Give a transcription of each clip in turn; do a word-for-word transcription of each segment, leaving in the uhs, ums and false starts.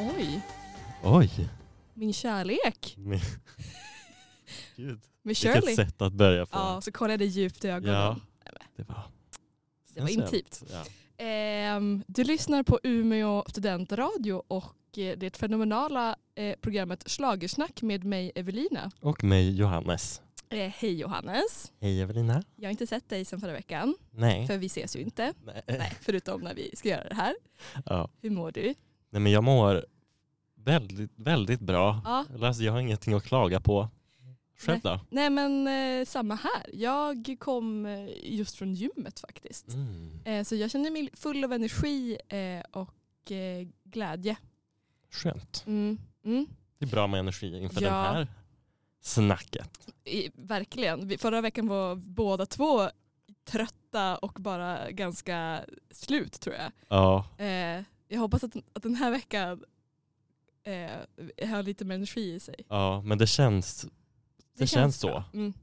Oj. Oj. Min kärlek. Med... Gud. Med Shirley. Vilket sätt att börja på. Ja, så kollade jag djupt i ögonen. Ja, det var... Det var intimt. Ja. Um, du lyssnar på Umeå studentradio och det fenomenala eh, programmet Schlagersnack med mig Evelina. Och mig Johannes. Eh, hej Johannes. Hej Evelina. Jag har inte sett dig sedan förra veckan. Nej. För vi ses ju inte. Nej. Nej, förutom när vi ska göra det här. Ja. Hur mår du? Nej, men jag mår väldigt, väldigt bra. Ja. Alltså, jag har ingenting att klaga på. Själv då? Nej men eh, samma här. Jag kom eh, just från gymmet faktiskt. Mm. Eh, så jag känner mig full av energi eh, och eh, glädje. Skönt. Mm. Mm. Det är bra med energi inför Ja. den här snacket. I, verkligen. Vi, förra veckan var båda två trötta och bara ganska slut tror jag. Ja. Eh, jag hoppas att, att den här veckan eh, har lite mer energi i sig. Ja, men det känns... Det, det känns så. Mm.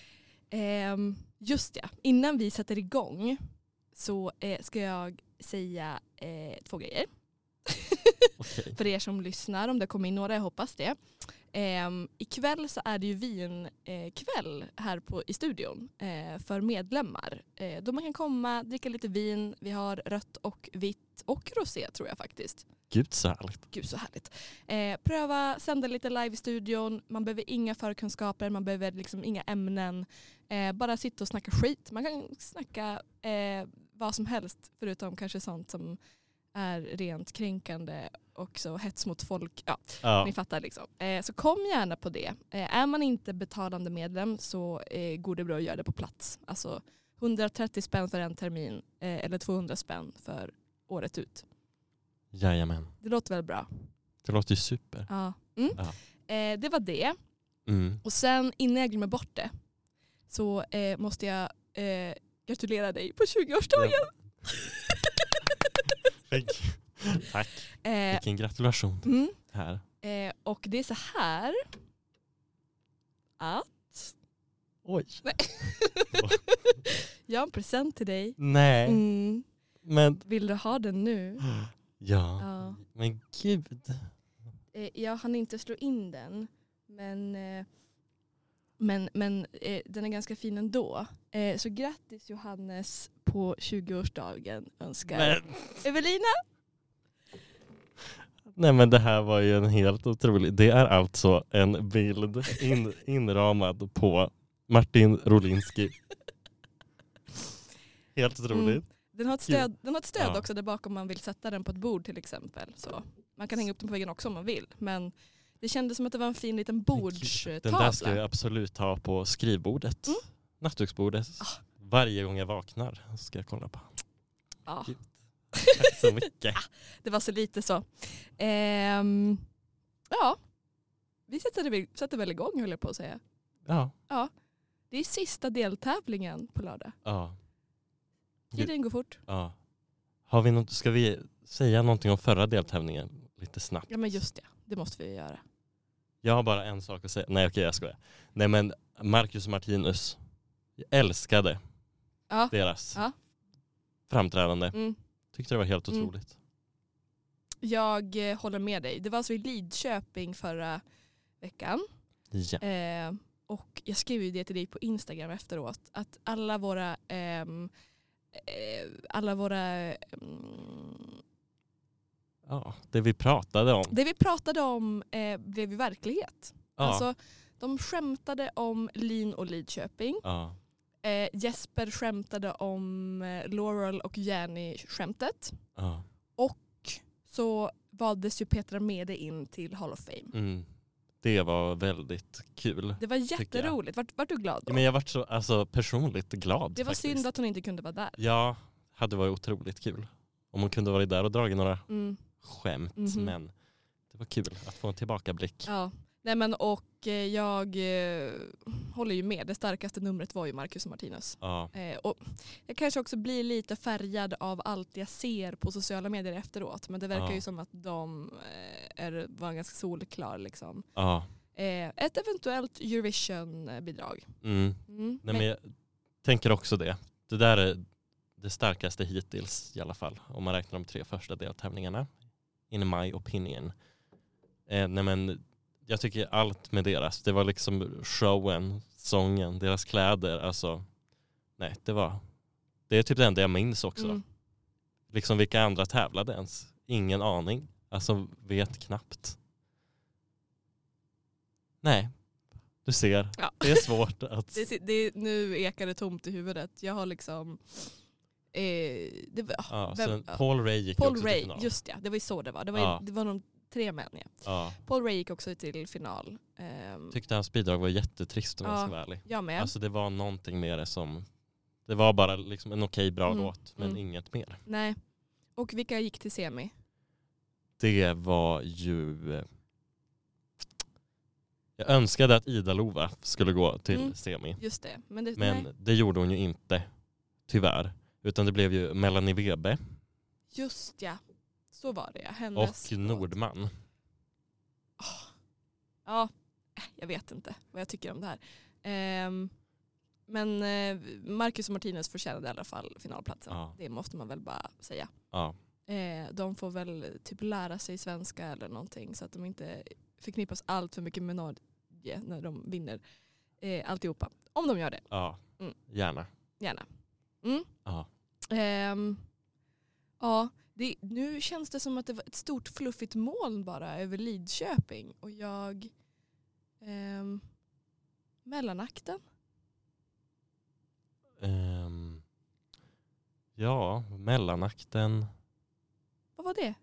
Eh, just det. Innan vi sätter igång så eh, ska jag säga eh, två grejer. Okay. För er som lyssnar, om det kommer in några, jag hoppas det. Eh, ikväll så är det ju vinkväll eh, här på, i studion eh, för medlemmar. Eh, då man kan komma, dricka lite vin. Vi har rött och vitt och rosé tror jag faktiskt. Gud så härligt. Gud så härligt. Eh, pröva sända lite live i studion. Man behöver inga förkunskaper, man behöver liksom inga ämnen. Eh, bara sitta och snacka skit. Man kan snacka eh, vad som helst förutom kanske sånt som är rent kränkande och så hets mot folk. Ja, Ja. ni fattar liksom. Eh, så kom gärna på det. Eh, är man inte betalande medlem så eh, går det bra att göra det på plats. Alltså hundratrettio spänn för en termin eh, eller tvåhundra spänn för året ut. Jajamän. Det låter väl bra? Det låter ju super. Ja. Mm. Ja. Eh, det var det. Mm. Och sen innan jag glömmer bort det så eh, måste jag eh, gratulera dig på tjugoårsdagen. Ja. Tack. Eh, Vilken gratulation mm. här. eh, och det är så här att Oj. Nej. jag har en present till dig. Nej. Mm. Men Vill du ha den nu? ja. Ja. Men gud. Eh, jag hann inte slå in den. Men, eh, men, men eh, den är ganska fin ändå. Eh, så grattis Johannes på tjugoårsdagen önskar Men, Evelina. nej men det här var ju en helt otrolig. Det är alltså en bild in, inramad på Martin Rolinski. Helt otroligt. Mm. Den har ett stöd, den har ett stöd Ja. också där bakom om man vill sätta den på ett bord till exempel. Så man kan hänga upp den på väggen också om man vill. Men det kändes som att det var en fin liten bordstavla. Den där ska jag absolut ha på skrivbordet. Mm. Nattduksbordet. Ah. Varje gång jag vaknar ska jag kolla på. Ja. Gud. Tack så mycket. Det var så lite så. Ehm, ja, vi sätter, väl, sätter väl igång höll jag på att säga. Ja. Ja, det är sista deltävlingen på lördag. Ja. Tiden går fort. Ja. Har vi något, ska vi säga någonting om förra deltävlingen lite snabbt? Ja men just det, det måste vi göra. Jag har bara en sak att säga. Nej okej, jag skojar. Nej men Marcus och Martinus. Jag älskade Ja. deras Ja. framträdande. Mm. Tyckte det var helt Mm. otroligt. Jag eh, håller med dig. Det var alltså i Lidköping förra veckan. Ja. Eh, och jag skrev ju det till dig på Instagram efteråt. Att alla våra ehm, eh, alla våra mm, ja, det vi pratade om. det vi pratade om eh, blev ju verklighet. Ja. Alltså, de skämtade om Lin och Lidköping. Ja. Eh, Jesper skämtade om eh, Laurel och Jenny-skämtet. Ja. Och så valdes ju Petra Mede in till Hall of Fame. Mm. Det var väldigt kul. Det var jätteroligt. Vart, vart du glad då? Ja, men jag var så alltså, personligt glad. Det var faktiskt. synd att hon inte kunde vara där. Ja, hade varit otroligt kul. Om hon kunde varit där och dragit några Mm. skämt. Mhm. Men det var kul att få en tillbakablick. Ja. Nej, men och eh, jag eh, håller ju med. Det starkaste numret var ju Marcus och Martinus. Ja. Eh, och jag kanske också blir lite färgad av allt jag ser på sociala medier efteråt. Men det verkar Ja. ju som att de eh, är, var ganska solklar. Liksom. Ja. Eh, ett eventuellt Eurovision-bidrag. Mm. Mm. Nej, men jag tänker också det. Det där är det starkaste hittills i alla fall. Om man räknar de tre första deltävlingarna in my opinion. Eh, nej men, jag tycker allt med deras. Det var liksom showen, sången, deras kläder. Alltså, nej, det var... Det är typ det enda jag minns också. Mm. Liksom vilka andra tävlade ens? Ingen aning. Alltså, vet knappt. Nej, du ser. Ja. Det är svårt att... det, det, nu ekar det tomt i huvudet. Jag har liksom... Eh, det, var- Ja, vem- sen ja. Paul Ray gick Paul också Ray, till final. just det. Det var ju så det var. Det var, Ja. det var de tre män, ja. Ja. Paul Ray gick också till final. Um, Tyckte hans bidrag var jättetrist om jag Ja. ska vara ärlig. jag med. Alltså det var någonting med det som... Det var bara liksom en okej bra Mm, låt, men mm. inget mer. Nej. Och vilka gick till semi? Det var ju... Jag önskade att Ida Lova skulle gå till Mm. semi. Just det. Men, det, Men nej. det gjorde hon ju inte, tyvärr. Utan det blev ju Melanie Webe Just ja. Så var det, ja. Hennes och Nordman. Ja, äh, jag vet inte vad jag tycker om det här. Ehm, men eh, Marcus och Martinez förtjänade i alla fall finalplatsen. Ja. Det måste man väl bara säga. Ja. Eh, de får väl typ lära sig svenska eller någonting så att de inte förknippas allt för mycket med Norge när de vinner eh, alltihopa. Om de gör det, Ja, Mm. gärna. gärna. Mm. Ja. Ehm, ja, det, nu känns det som att det var ett stort fluffigt moln bara över Lidköping. Och jag... Ehm, mellanakten? Ehm, ja, mellanakten. Vad var det?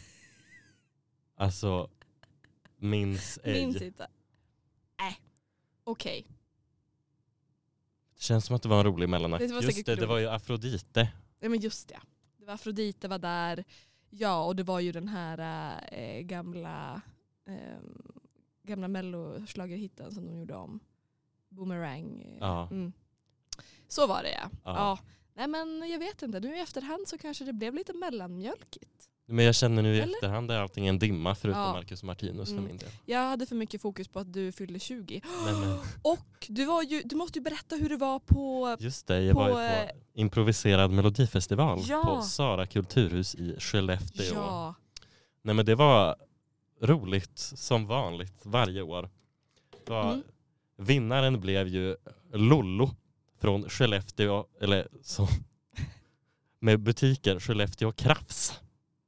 Alltså, minns ej. Minns inte. Äh, okej. Det känns som att det var en rolig mellanakt. Det var Just säkert det, det roligt. var ju Afrodite. Ja, men just det. Det var Afrodite var där. Ja, och det var ju den här äh, gamla äh, gamla melloslagerhitten som de gjorde om. Boomerang. eh, Ja. Mm. Så var det, ja. Ja. ja. Nej, men jag vet inte. Nu i efterhand så kanske det blev lite mellanmjölkigt. Men jag känner nu i Eller? efterhand är allting en dimma förutom Ja. Marcus och Martinus Mm. för min del. Jag hade för mycket fokus på att du fyllde tjugo. Men, men, Och du, var ju, du måste ju berätta hur det var på... just det, jag På, var ju på improviserad melodifestival Ja. på Sara kulturhus i Skellefteå. Ja. Nej men det var roligt som vanligt varje år. Det var, Mm. Vinnaren blev ju Lollo från Skellefteå, eller som med butiker Skellefteå Krafs.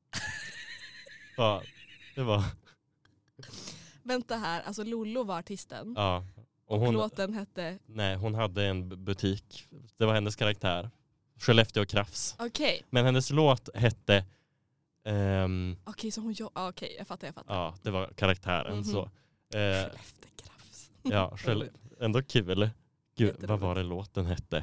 Ja, det var Vänta här, alltså Lollo var artisten. ja. Och Och hon, låten hette... nej, hon hade en b- butik. Det var hennes karaktär. Skellefteå Krafs. Okej, Men hennes låt hette ehm, okej så hon... jo- ah, Okej, jag fattar, jag fattar. ja, det var karaktären Mhm. så. Eh, Skellefteå Krafs. ja, Skelle- ändå kul. Gud, Jätteroligt. vad var det låten hette?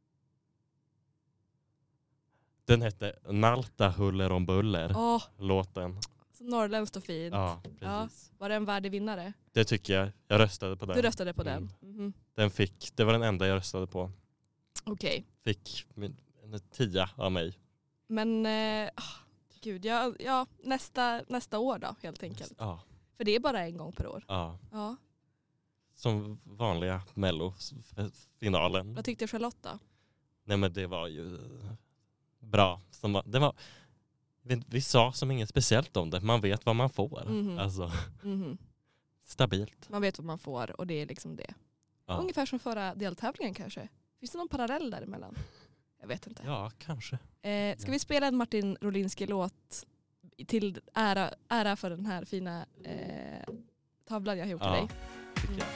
Den hette Nalta Huller om Buller. Åh, Låten. så norrländskt och fint. Ja, precis. Var det en värdig vinnare? Det tycker jag. Jag röstade på den. Du röstade på Mm. den? Mhm. Den fick, det var den enda jag röstade på. Okej. Fick min, en tia av mig. Men, eh, ah, gud, ja, ja nästa, nästa år då helt enkelt. Ja, För det är bara en gång per år. ja. Ja. Som vanliga Mello-finalen. Vad tyckte Charlotta? Nej men det var ju bra. Som var, det var, vi, vi sa som inget speciellt om det. Man vet vad man får. Mhm. Alltså, Mhm. stabilt. Man vet vad man får och det är liksom det. Ja, Ungefär som förra deltävlingen kanske. Finns det någon parallell däremellan? Jag vet inte. ja kanske. Eh, ska Ja. vi spela en Martin Rolinski-låt till ära, ära för den här fina eh, tavlan jag har gjort till Ja, dig? tycker jag.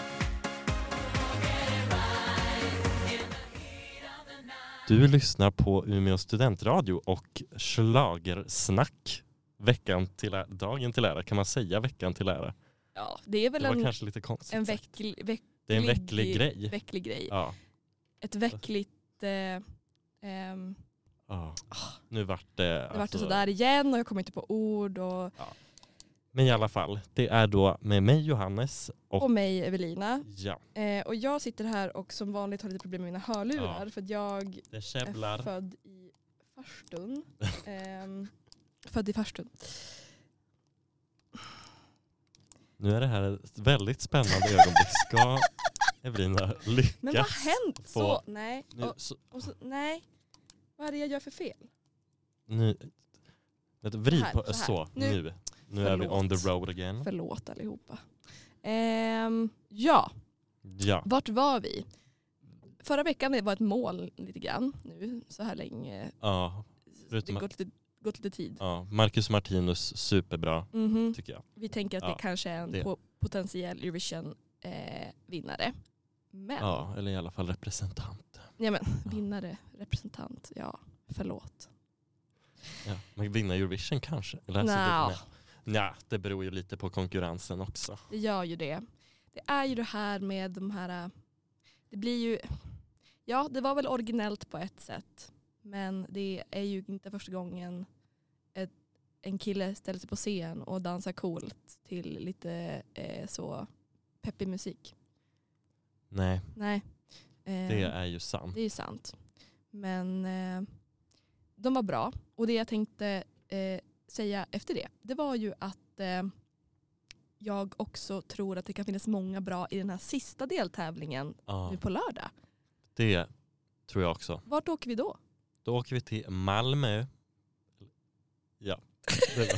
Du lyssnar på Umeå studentradio och schlagersnack. Veckan till ära, dagen till ära. Kan man säga veckan till ära? Ja, det är väl Det var en, kanske lite konstigt. en sagt. vecklig, veck, Det är en vecklig- vecklig grej. vecklig grej. Ja. Ett veckligt... Eh, ehm, ja. Nu vart det... det vart alltså- det sådär igen och jag kommer inte på ord. Och, Men i alla fall, det är då med mig Johannes och, och mig Evelina. ja, Eh, och jag sitter här och som vanligt har lite problem med mina hörlurar. Ja. För att jag det är käbblar. född i farstun. Ehm, född i farstun. Nu är det här ett väldigt spännande ögonblick. Ska Evelina lyckas? Men vad har hänt? få- Så, nej. Nu, Och, så, och så, nej. Vad är det jag gör för fel? nu, Vänta, vrid här, på, så så, här. så nu. Nu, nu är vi on the road again. Förlåt allihopa. Ehm, ja, Ja. vart var vi? Förra veckan var ett mål lite grann nu, så här länge. Ja. Det Förutom har gått lite, gått lite tid. Ja, Marcus Martinus, superbra Mhm. tycker jag. Vi tänker att Ja, det kanske är en det. po- potentiell Eurovision-vinnare. Men, ja. Ja, eller i alla fall representant. men vinnare, representant, ja, förlåt. Ja, man vinner Eurovision kanske. Eller alltså, Nja. det, nej. Nja, det beror ju lite på konkurrensen också. Det gör ju det. Det är ju det här med de här... Det blir ju... Ja, det var väl originellt på ett sätt. Men det är ju inte första gången ett, en kille ställer sig på scen och dansar coolt till lite eh, så peppig musik. Nej, Nej. Eh, det är ju sant. det är ju sant. Men eh, de var bra. Och det jag tänkte eh, säga efter det, det var ju att eh, jag också tror att det kan finnas många bra i den här sista deltävlingen Ja, nu på lördag. det tror jag också. Vart åker vi då? Då åker vi till Malmö. Ja. Det var.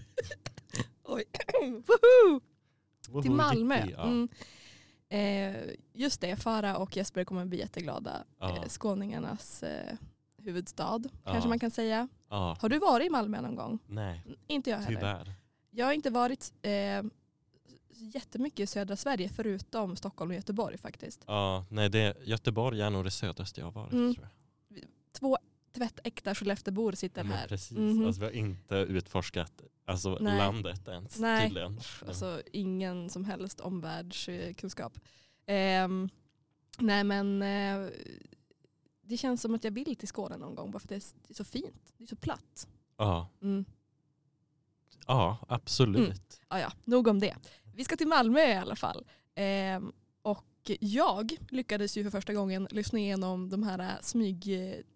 Oj. Woho! Woho, Till Malmö. jippie, ja. Mm. Eh, just det, Farah och Jesper kommer bli jätteglada. Ja. Eh, skåningarnas eh, huvudstad, Ja. kanske man kan säga. Ja. Har du varit i Malmö någon gång? Nej, Inte jag heller. tyvärr. Jag har inte varit eh, jättemycket i södra Sverige förutom Stockholm och Göteborg faktiskt. Ja, nej, det, Göteborg är nog det södraste jag har varit, Mm. tror jag. Två tvättäkta Skelleftebor sitter Ja, men här. precis. Mhm. Alltså, vi har inte utforskat alltså, Nej. landet ens, Nej. tydligen. Alltså ingen som helst omvärldskunskap. Ehm, nej men eh, det känns som att jag vill till Skåne någon gång bara för att det är, det är så fint. Det är så platt. Ja, Mm. ja, absolut. Mm. Ja, ja, nog om det. Vi ska till Malmö i alla fall. Ehm, och jag lyckades ju för första gången lyssna igenom de här äh, smyg,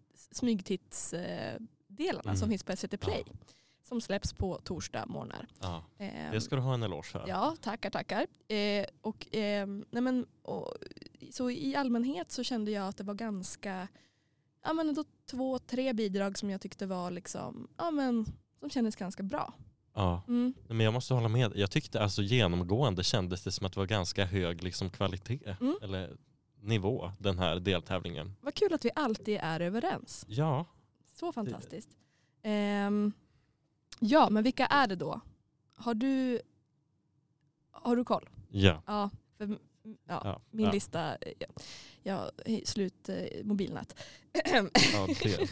smygtitsdelarna Mm. som finns på S V T Play. Som släpps på torsdag morgnar. Ja. Ehm, Det ska du ha en eloge för. Ja, tackar, tackar. Eh, och, eh, nej men, och, så i allmänhet så kände jag att det var ganska, ja men då två, tre bidrag som jag tyckte var liksom, ja men, som kändes ganska bra. Ja. Mm. Men jag måste hålla med. Jag tyckte alltså genomgående kändes det som att det var ganska hög liksom, kvalitet Mm. eller nivå den här deltävlingen. Vad kul att vi alltid är överens. Ja, Så fantastiskt. Ehm, ja, men vilka är det då? Har du, har du koll? ja. Ja, för, mm, ja, Ja, min ja. lista, ja, ja, slut eh, mobilnät. Ja, det.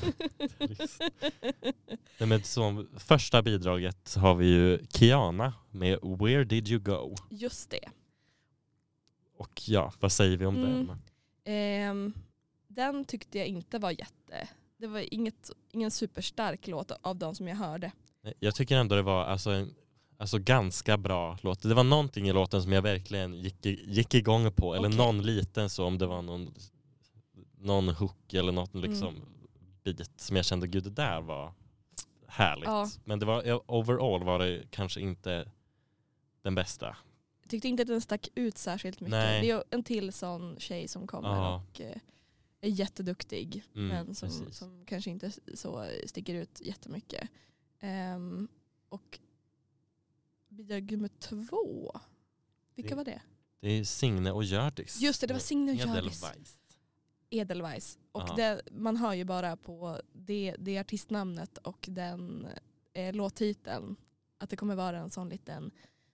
Nej, men som första bidraget har vi ju Kiana med Where Did You Go? Just det. Och ja, vad säger vi om Mm. den? Ehm, den tyckte jag inte var jätte... Det var inget, ingen superstark låt av de som jag hörde. Jag tycker ändå det var alltså en alltså ganska bra låt. Det var någonting i låten som jag verkligen gick, gick igång på. Eller Okej. någon liten så, om det var någon, någon hook eller något liksom Mm. bit som jag kände, gud det där var härligt. Ja. Men det var, overall var det kanske inte den bästa. Jag tyckte inte att den stack ut särskilt mycket. Nej. Det är en till sån tjej som kommer Ja. och eh, är jätteduktig. Mm, men som, precis. som kanske inte så sticker ut jättemycket. Ehm, och bidrag nummer två. Vilka Det- var det? Det är Signe och Hjördis. Just det, det var Signe och Hjördis. Edelweiss. Edelweiss. Och Ja. det, man hör ju bara på det, det artistnamnet och den eh, låttiteln att det kommer vara en sån liten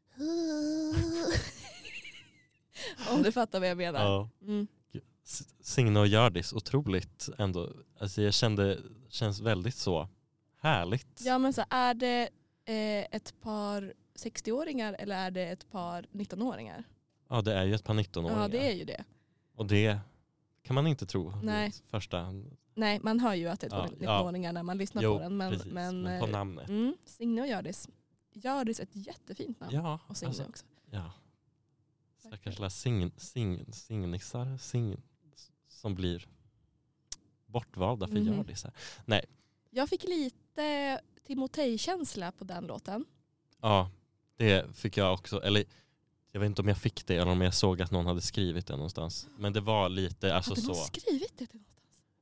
om du fattar vad jag menar. Ja. Mm. S- Signe och Hjördis, otroligt ändå. Alltså jag kände, känns väldigt så härligt. Ja men så är det eh, ett par sextioåringar eller är det ett par nittonåringar? Ja, det är ju ett par nittonåringar. Ja det är ju det. Och det kan man inte tro. Nej. Första. Nej man hör ju att det är två Ja, nittonåringar när man lyssnar Jo, på den. Men, precis. men, Men på eh, namnet. mm, Signe och Hjördis. Hjördis är ett jättefint namn. Ja, Och Signe alltså, också. ja. Stackars lilla sing, sing, singnisar sing, som blir bortvalda för Mhm. Hjördis. Nej, Jag fick lite Timotej-känsla på den låten. ja, det fick jag också. Eller jag vet inte om jag fick det eller om jag såg att någon hade skrivit det någonstans. Men det var lite alltså Hade någon så. skrivit det till någonstans?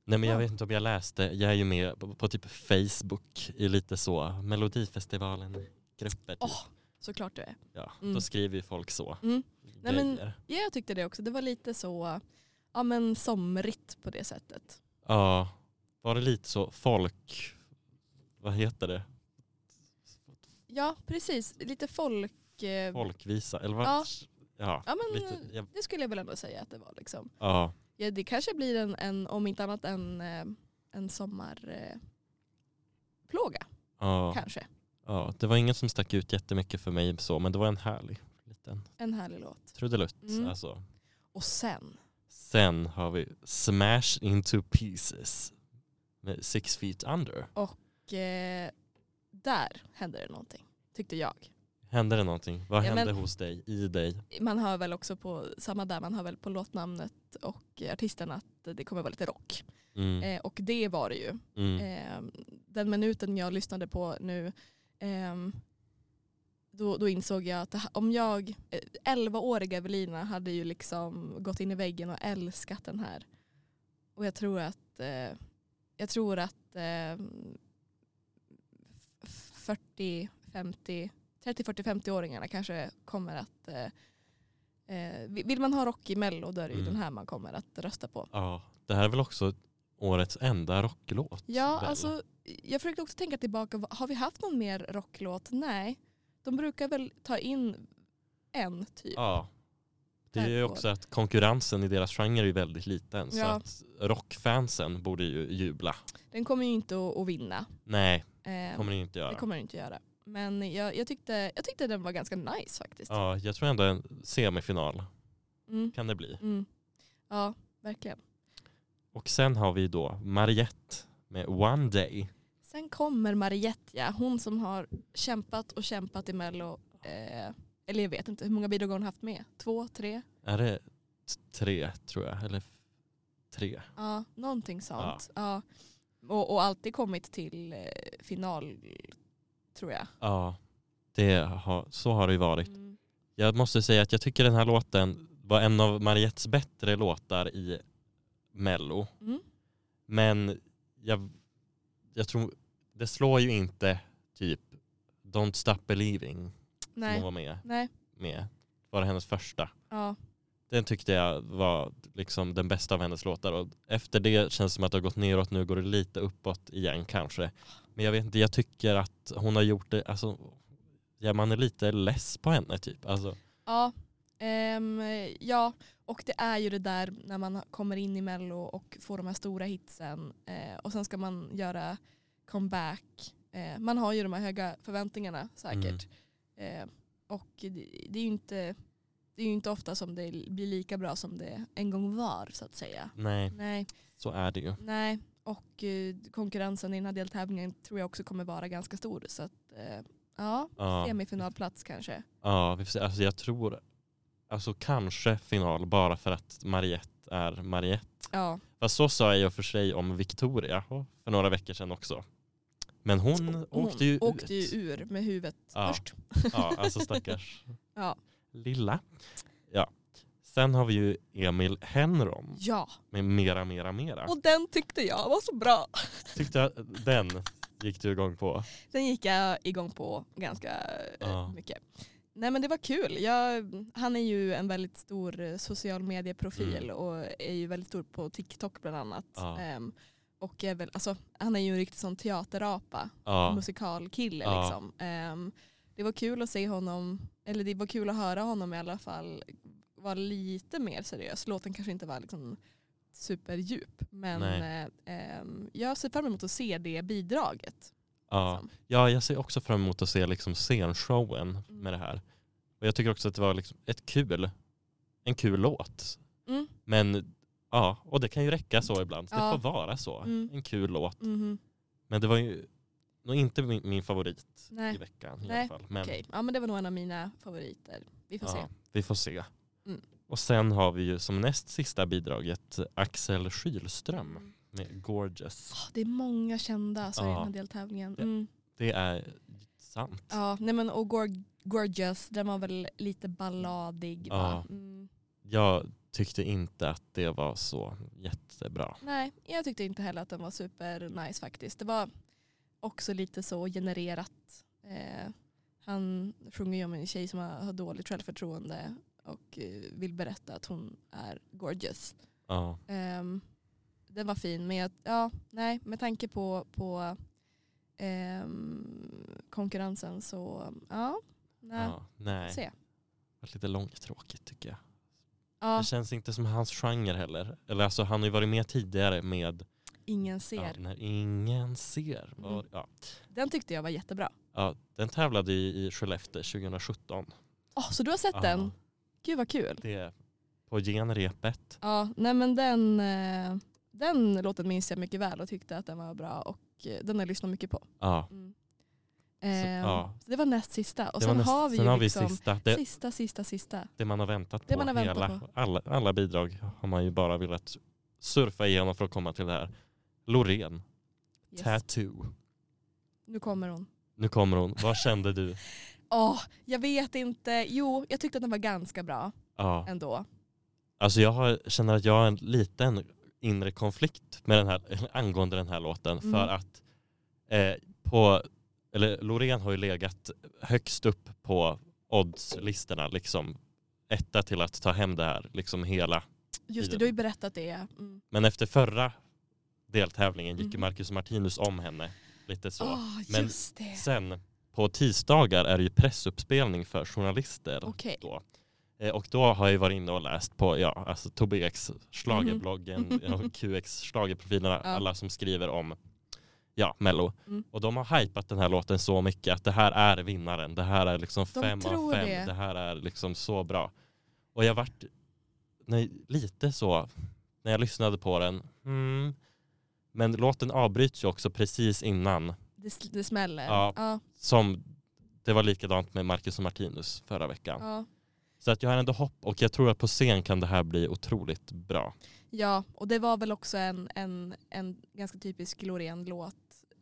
Nej, men jag Ja. vet inte om jag läste. Jag är ju med på, på typ Facebook i lite så Melodifestivalen-grupper. Typ. Åh, såklart du är. Ja, Mm. då skriver ju folk så. Mm. Nej, men- grejer. Ja, jag tyckte det också. Det var lite så, ja men somrigt på det sättet. Ja, var det lite så folk... Vad heter det? Ja, precis. Lite folk... Eh, Folkvisa? Eller vad? Ja. Ja, ja, men lite, ja, det skulle jag väl ändå säga att det var liksom. ja, Ja, det kanske blir en, en om inte annat en, eh, en sommarplåga. Eh, plåga, ja, kanske. ja. Det var inget som stack ut jättemycket för mig så, men det var en härlig liten En härlig låt. trudelutt. Mm. Alltså. Och sen, Sen har vi Smash Into Pieces med Six Feet Under. och eh, där hände det någonting, tyckte jag. Hände det någonting? Vad Ja, hände men- hos dig, i dig? Man hör väl också på samma där, man hör väl på låtnamnet och artisten att det kommer vara lite rock. Mm. Eh, och det var det ju. Mm. Eh, den minuten jag lyssnade på nu, ehm, då, då insåg jag att det, om jag, eh, elvaåriga Evelina hade ju liksom gått in i väggen och älskat den här. Och jag tror att eh, jag tror att eh, fyrtio, femtio, trettio, fyrtio, femtio-åringarna kanske kommer att eh, eh, vill man ha rock i Mello, då är det ju Mm. den här man kommer att rösta på. Ja, det här är väl också årets enda rocklåt? Ja, väl? alltså jag försökte också tänka tillbaka. Har vi haft någon mer rocklåt? Nej. De brukar väl ta in en typ. Ja. Det är ju Per år. också att konkurrensen i deras genre är ju väldigt liten. Så Ja. att rockfansen borde ju jubla. Den kommer ju inte att, att vinna. Nej, Eh, kommer det inte göra. det kommer den inte göra. Men jag, jag, tyckte, jag tyckte den var ganska nice faktiskt. Ja, jag tror ändå en semifinal Mm. kan det bli. Mm. Ja, verkligen. Och sen har vi då Mariette med One Day. Sen kommer Mariette, ja. Hon som har kämpat och kämpat i Mello. Eh, eller jag vet inte, hur många bidrag har hon haft med? Två, tre? Är det t- tre tror jag? Eller f- tre? Ja, någonting sånt. Ja. Och, och alltid kommit till eh, final, tror jag. Ja, det har, så har det ju varit. Mm. Jag måste säga att jag tycker den här låten var en av Mariettes bättre låtar i Mello. Mm. Men jag, jag tror det slår ju inte typ Don't Stop Believing som hon Nej. var med, Nej. med. Var hennes första. Ja. Den tyckte jag var liksom den bästa av hennes låtar. Och efter det känns det som att det har gått neråt. Nu går det lite uppåt igen kanske. Men jag vet inte, jag tycker att hon har gjort det, alltså, ja, man är lite less på henne typ. Alltså, Ja. Ehm, ja, och det är ju det där när man kommer in i Mello och får de här stora hitsen. Eh, och sen ska man göra comeback. Eh, man har ju de här höga förväntningarna säkert. Eh, och det, det är ju inte... Det är ju inte ofta som det blir lika bra som det en gång var, så att säga. nej, Nej, så är det ju. nej. Och eh, konkurrensen i den här deltävlingen tror jag också kommer vara ganska stor. Så att, eh, ja, Ja, semifinalplats kanske. ja vi får se. Alltså, jag tror alltså kanske final bara för att Mariette är Mariette. Ja, Fast så sa jag ju för sig om Victoria för några veckor sedan också. Men hon, hon åkte ju åkte ut. ju ur med huvudet Ja. först. Ja, alltså stackars Ja. lilla. Ja. Sen har vi ju Emil Henron Ja, med Mera, Mera, Mera. och den tyckte jag var så bra. Tyckte jag den gick du igång på? Den gick jag igång på ganska eh, Ja. mycket. Nej, men det var kul. Jag, han är ju en väldigt stor eh, social medieprofil Mm. och är ju väldigt stor på TikTok bland annat. Ja. Ehm, och är väl, alltså, han är ju en riktig sån teaterapa, Ja. musikalkille Ja. liksom. Ehm, det var kul att se honom, eller det var kul att höra honom i alla fall vara lite mer seriös. Låten kanske inte var liksom superdjup, men eh, ehm, jag ser fram emot att se det bidraget. Ja. Liksom. Ja, jag ser också fram emot att se liksom scenshowen med det här. Och jag tycker också att det var liksom ett kul, en kul låt. Mm. Men ja, och det kan ju räcka så ibland. Det Ja. får vara så. Mm. En kul låt. Mhm. Men det var ju nog inte min, min favorit Nej. i veckan i Nej, alla fall. Men Okej, ja, men det var nog en av mina favoriter. Vi får ja, se. vi får se. Mm. Och sen har vi ju som näst sista bidraget Axel Kylström Mm. med Gorgeous. Åh, det är många kända så i Ja. den här deltävlingen. Ja. Mm. Det är sant. Ja, nej men och Gor- Gorgeous, den var väl lite balladig. Ja. Va? Mm. Ja, tyckte inte att det var så jättebra. Nej, jag tyckte inte heller att den var super nice faktiskt. Det var också lite så genererat. Eh, han sjunger ju om en tjej som har, har dåligt självförtroende och eh, vill berätta att hon är gorgeous. Ja. Eh, den var fin, men jag, ja, nej, med tanke på, på eh, konkurrensen så ja, nej. Ja, nej. Se. Det var lite långtråkigt tycker jag. Ja, Det känns inte som hans genre heller. Eller alltså, han har ju varit med tidigare med ingen ser. ja, När ingen ser. Mm. Var, ja. Den tyckte jag var jättebra. Ja, den tävlade i, i Skellefteå tjugosjutton. Oh, så du har sett Ja. den? Gud vad kul. Det är på genrepet. Ja, nej men den, eh, den låten minns jag mycket väl och tyckte att den var bra och eh, den har jag lyssnat mycket på. Ja. Mm. Så, Eh, ja. så det var näst sista. Och Det sen var näst- har vi sen ju har vi liksom sista. Det, sista, sista, sista. det man har väntat Det på. man har väntat hela, på. Alla, alla bidrag har man ju bara velat surfa igenom för att komma till det här. Loreen, Yes. Tattoo. Nu kommer hon. Nu kommer hon. Vad kände du? Åh, jag vet inte. Jo, jag tyckte att den var ganska bra Ja. ändå. Alltså jag har, känner att jag har en liten inre konflikt med den här, angående den här låten. Mm. För att eh, på, eller Loreen har ju legat högst upp på oddslistorna. Liksom etta till att ta hem det här. Liksom hela. Just det, du har ju berättat det. Mm. Men efter förra deltävlingen gick ju Mhm. Marcus och Martinus om henne. Lite så. Åh, Men just det. Sen på tisdagar är det ju pressuppspelning för journalister. Okej. Då. Eh, och då har jag ju varit inne och läst på ja, alltså Tobbe X schlagerbloggen Mhm. och Q X schlagerprofilerna, Ja. alla som skriver om ja, Mello. Mm. Och de har hypat den här låten så mycket att det här är vinnaren. Det här är liksom De fem av tror fem. det. Det här är liksom så bra. Och jag vart nej, lite så när jag lyssnade på den. Mm. Men låten avbryts ju också precis innan. Det, det smäller. Ja. Ja. Som det var likadant med Marcus och Martinus förra veckan. Ja. Så att jag har ändå hopp och jag tror att på scen kan det här bli otroligt bra. Ja, och det var väl också en, en, en ganska typisk Loreen-låt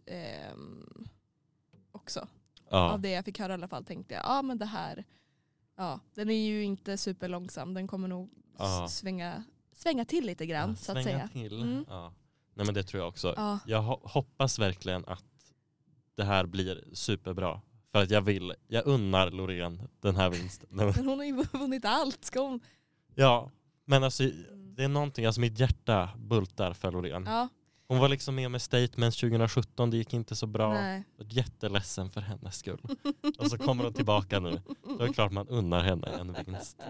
ehm, också. Ja, Av det jag fick höra i alla fall tänkte jag, ja men det här, ja, den är ju inte superlångsam. Den kommer nog Ja. s- svänga, svänga till lite grann ja, så att svänga säga. till. Mm. Ja. Nej men det tror jag också. Ja. Jag ho- hoppas verkligen att det här blir superbra. För att jag vill, jag unnar Loreen den här vinsten. Nej, men- Men hon har ju vunnit allt. Ska hon? ja, men alltså det är någonting, alltså mitt hjärta bultar för Loreen. Ja, Hon var liksom med med Statements tjugosjutton, det gick inte så bra. nej. Jag är jätteledsen för hennes skull. Och så kommer hon tillbaka nu. Då är det klart man unnar henne en vinst.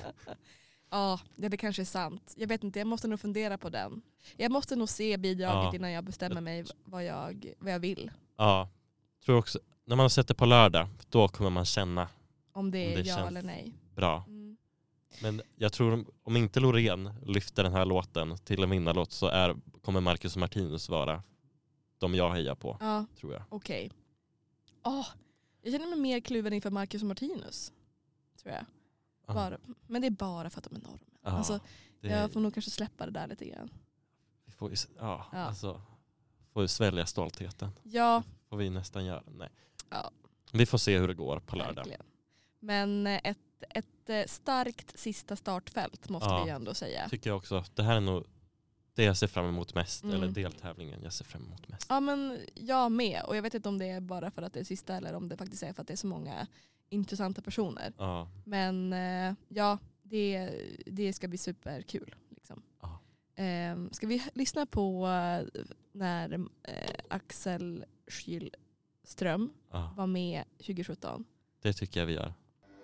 Ja, det är kanske är sant. Jag vet inte, jag måste nog fundera på den. Jag måste nog se bidraget Ja. innan jag bestämmer mig vad jag, vad jag vill. Ja, tror också. När man har sett det på lördag, då kommer man känna Om det är Om det ja känns- eller nej. bra. Mm. Men jag tror om inte Loreen lyfter den här låten till en vinnarlåt så är, kommer Marcus och Martinus vara de jag hejar på, Ja, tror jag. okej. Åh, jag känner mig mer kluven inför Marcus och Martinus. Tror jag. Ja. Bara, men det är bara för att de är norrmän. Ja, Alltså, det, jag får nog kanske släppa det där lite grann. vi får ju, ja, Ja. Alltså, får ju svälja stoltheten. Ja, Får vi nästan göra. Nej. Ja. Vi får se hur det går på lördag. verkligen. Men eh, ett, ett eh, starkt sista startfält måste Ja. vi ju ändå säga. Tycker jag också. Det här är nog det jag ser fram emot mest. Mm. Eller deltävlingen jag ser fram emot mest. Ja, men jag med. Och jag vet inte om det är bara för att det är sista eller om det faktiskt är för att det är så många intressanta personer. Ja. Men eh, ja, det, det ska bli superkul. Liksom. Ja. Eh, ska vi lyssna på eh, när eh, Axel Kylström Ja, var med tjugosjutton? det tycker jag vi gör.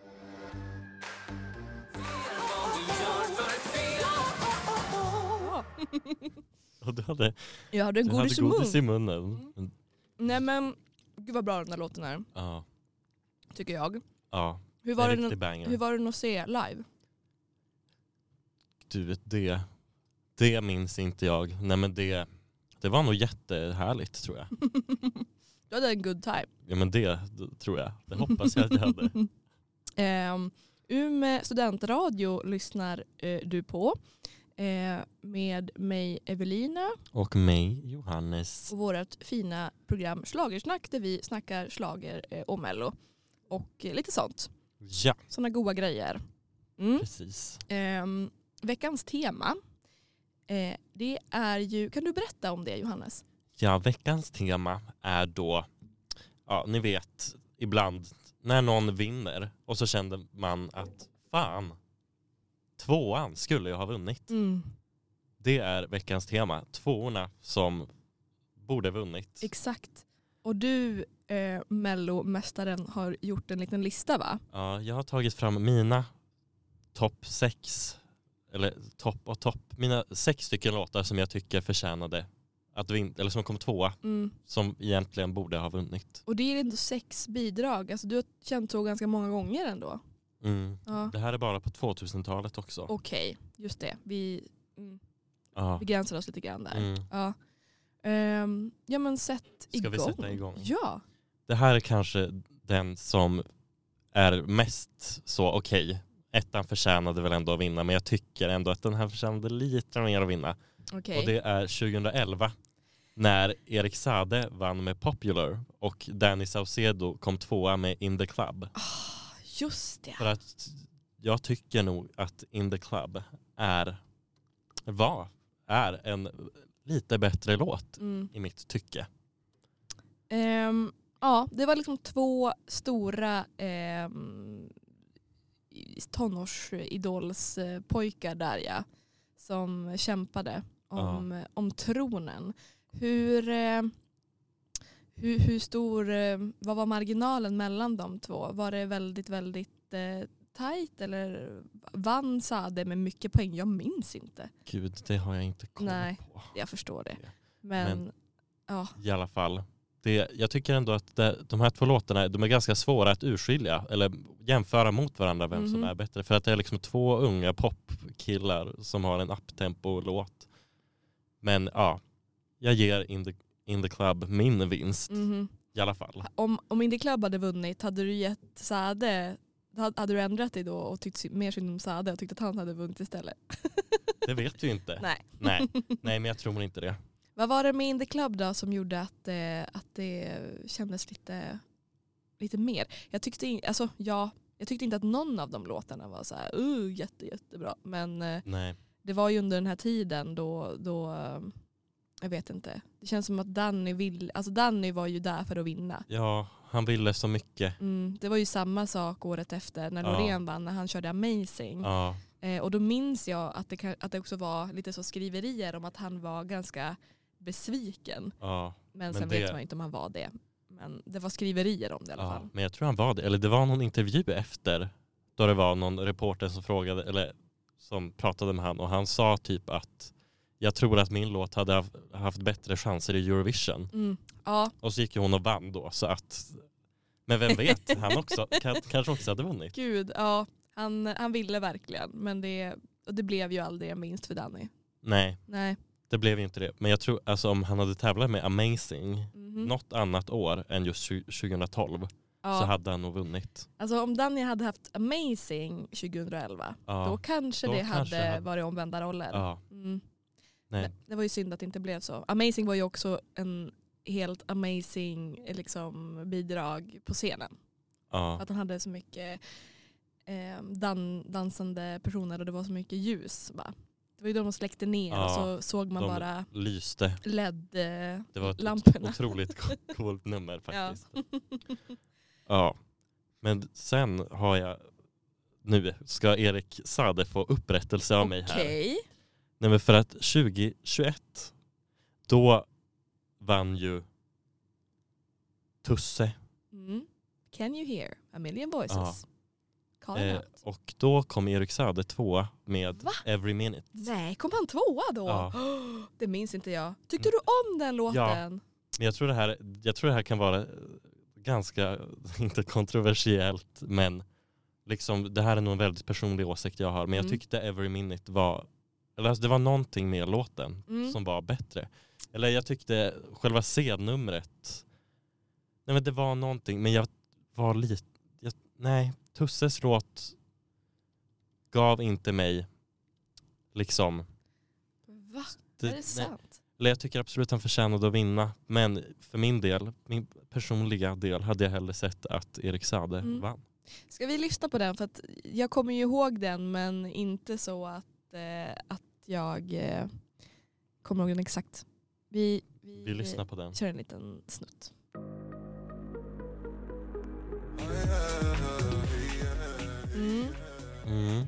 Och du hade, Jag hade en du godis i hade mun. godis i munnen. Mm. Nej men, gud vad bra den här låten är, Ja, tycker jag. ja. Hur var, en den, riktig banger. hur var den att se live? Du vet, det, det minns inte jag. Nej men det, det var nog jättehärligt tror jag. Du hade en good time. Ja men det, det tror jag. Det hoppas jag att jag hade. Um, Umeå studentradio lyssnar uh, du på. Uh, med mig Evelina Och mig, Johannes. och vårt fina program Schlagersnack där vi snackar slager uh, och mello. Och uh, lite sånt. Ja, Såna goda grejer. Mm. precis. Um, veckans tema, eh, det är ju, kan du berätta om det, Johannes? Ja, veckans tema är då, ja, ni vet, ibland när någon vinner och så kände man att fan, tvåan skulle jag ha vunnit. Mm. Det är veckans tema. Tvåorna som borde vunnit. Exakt. Och du, eh, Mello-mästaren, har gjort en liten lista, va? Ja, jag har tagit fram mina topp sex, eller topp och topp, mina sex stycken låtar som jag tycker förtjänade att vinna, eller som kom tvåa, Mm. som egentligen borde ha vunnit. Och det är ändå sex bidrag. Alltså du har känt så ganska många gånger ändå. Mm. Ja. Det här är bara på tvåtusentalet också. Okej, just det. Vi mm, Ja. begränsar oss lite grann där. Mm. Ja. Ehm, ja men sätt Ska igång. vi sätta igång? Ja. Det här är kanske den som är mest så okej. Okay. Ettan förtjänade väl ändå att vinna, men jag tycker ändå att den här förtjänade lite mer att vinna. Okej. Och det är tjugoelva när Erik Saade vann med Popular och Danny Saucedo kom tvåa med In the Club. Ah, just det. För att jag tycker nog att In the Club är var är en lite bättre låt Mm. i mitt tycke. Ehm, ja, det var liksom två stora ehm, tonårsidolspojkar där, ja, som kämpade om, ja. om tronen. Hur, eh, hur, hur stor, eh, vad var marginalen mellan de två? Var det väldigt, väldigt eh, tajt eller vann Saade med mycket poäng? Jag minns inte. Gud, det har jag inte koll Nej, på. jag förstår det. Men, Men ja. I alla fall. Det, jag tycker ändå att det, de här två låtarna, de är ganska svåra att urskilja eller jämföra mot varandra vem mm-hmm. som är bättre. För att det är liksom två unga popkillar som har en uptempo-låt. Men ja, jag ger In the, in the Club min vinst. Mm-hmm. I alla fall. Om, om In the Club hade vunnit, hade du gett Saade, hade du ändrat dig då och tyckt mer synd om Saade och tyckt att han hade vunnit istället? Det vet du inte. Nej. Nej. Nej, men jag tror inte det. Vad var det med In the Club då som gjorde att, eh, att det kändes lite, lite mer? Jag tyckte, in, alltså, ja, jag tyckte inte att någon av de låtarna var så här uh, jätte, jättebra. Men eh, Nej. Det var ju under den här tiden då, då eh, jag vet inte. Det känns som att Danny, vill, alltså Danny var ju där för att vinna. Ja, han ville så mycket. Mm, det var ju samma sak året efter när Loreen ja. vann, när han körde Amazing. Ja. Eh, och då minns jag att det, att det också var lite så skriverier om att han var ganska besviken. Ja, men sen men det... vet man inte om han var det. Men det var skriverier om det i alla ja, fall. Men jag tror han var det. Eller det var någon intervju efter då det var någon reporter som frågade eller som pratade med han och han sa typ att jag tror att min låt hade haft bättre chanser i Eurovision. Mm. Ja. Och så gick ju hon och vann då så att men vem vet, han också kanske också hade vunnit. Gud, ja. Han, han ville verkligen, men det, och det blev ju aldrig en vinst för Danny. Nej. Nej. Det blev ju inte det. Men jag tror alltså om han hade tävlat med Amazing mm-hmm. något annat år än just tjugohundratolv ja. Så hade han nog vunnit. Alltså om Danny hade haft Amazing tjugoelva ja. då kanske då det kanske hade han... varit omvända roller. Ja. Mm. Nej. Det, det var ju synd att det inte blev så. Amazing var ju också en helt amazing liksom, bidrag på scenen. Ja. Att han hade så mycket eh, dan- dansande personer och det var så mycket ljus. Va? Det var ju då de släckte ner ja, och så såg man bara lyste. L E D-lamporna. Det var ett otroligt coolt nummer faktiskt. Ja. Ja. Men sen har jag nu ska Erik Saade få upprättelse av okay. mig här. Nej, men för att tjugohundratjugoett då vann ju Tusse. Mm. Can you hear a million voices? Ja. Eh, och då kom Erik Saade tvåa med Va? Every Minute. Nej, kom han tvåa då? Ja. Oh, det minns inte jag. Tyckte du om den låten? Ja, men jag tror det här, jag tror det här kan vara ganska, inte kontroversiellt, men liksom, det här är nog en väldigt personlig åsikt jag har. Men jag mm. tyckte Every Minute var, eller alltså det var någonting med låten mm. som var bättre. Eller jag tyckte själva C-numret, nej men det var någonting, men jag var lite, jag, nej, Tusses låt gav inte mig liksom. Va? Det, är det sant? Eller jag tycker absolut att han förtjänade att vinna, men för min del, min personliga del, hade jag hellre sett att Erik Saade mm. vann. Ska vi lyssna på den? För att jag kommer ju ihåg den, men inte så att inte att jag eh, kommer ihåg den exakt. Vi, vi, Vi lyssnar på den. kör en liten snutt. Mm. Mm.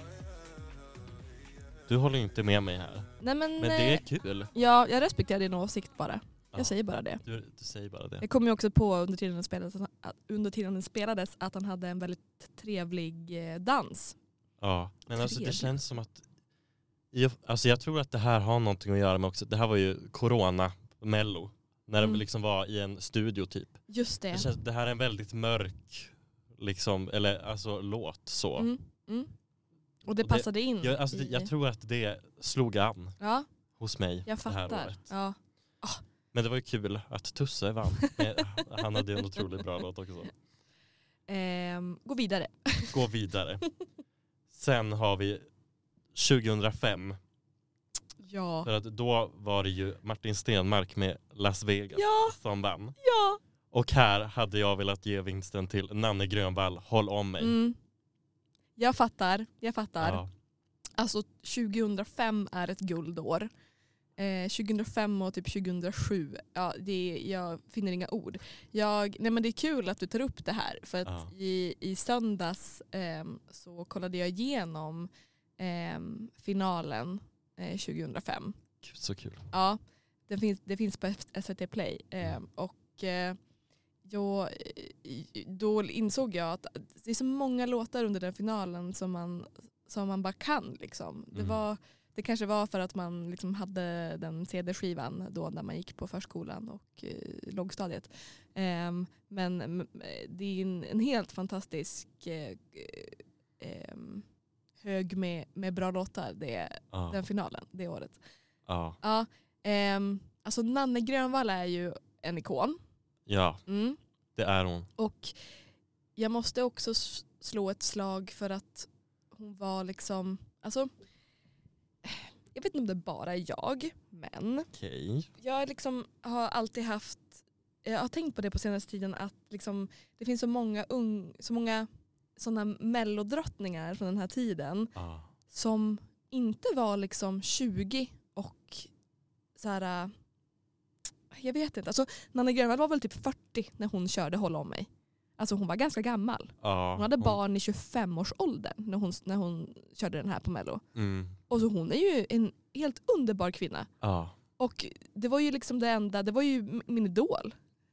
Du håller inte med mig här. Nej, men, Men det är kul. Ja, jag respekterar din åsikt bara. Ja. Jag säger bara det. Du, du säger bara det. Jag kom ju också på under tiden den spelades att, under tiden den spelades att han hade en väldigt trevlig eh, dans. Ja, men alltså det Trevligt. känns som att jag, alltså jag tror att det här har någonting att göra med också. Det här var ju corona mello när Mm. det liksom var i en studio typ. Just det. Det, känns, det här är en väldigt mörk liksom eller alltså låt så. Mm. Mm. Och det Och det- passade in. Jag, alltså, det, i, jag tror att det slog an ja, hos mig jag det här fattar. året. Ja. Men det var ju kul att Tusse vann. Eh, Han hade ju en otroligt bra låt också. Ehm, gå vidare. Gå vidare. Sen har vi tjugohundrafem. Ja. För att då var det ju Martin Stenmark med Las Vegas Ja. som vann. Ja. Och här hade jag velat ge vinsten till Nanne Grönvall, Håll om mig. Mm. Jag fattar. Jag fattar. Ja. Alltså tjugohundrafem är ett guldår. Eh, tjugohundrafem och typ tjugohundrasju, ja, det är, jag finner inga ord. Jag, nej men det är kul att du tar upp det här. För att Ja. i, i söndags eh, så kollade jag igenom eh, finalen eh, tjugohundrafem. Gud, så kul. Ja, det finns, det finns på S V T Play. Eh, och eh, jag, då insåg jag att det är så många låtar under den finalen som man, som man bara kan. Liksom. Det, Mm. var, det kanske var för att man liksom hade den C D-skivan då när man gick på förskolan och eh, lågstadiet. Eh, men m- det är en, en helt fantastisk eh, eh, hög med, med bra låtar. Det är Ja. den finalen det året. Ja. Ja, ehm, alltså Nanne Grönvall är ju en ikon. ja, Mm. det är hon. Och jag måste också s- slå ett slag för att hon var liksom, alltså jag vet inte om det bara är jag, men Okej. jag liksom har alltid haft, jag har tänkt på det på senaste tiden att liksom, det finns så många ung, så många sådana mellodrottningar från den här tiden Ja. som inte var liksom tjugo och så här, äh, jag vet inte. Alltså Nanne Grönvall var väl typ fyrtio när hon körde Håll om mig. Alltså hon var ganska gammal. Ja. Hon hade barn i tjugofem-årsåldern när hon, när hon körde den här på Mello. Mm. Och så hon är ju en helt underbar kvinna. Ja. Och det var ju liksom det enda, det var ju min idol.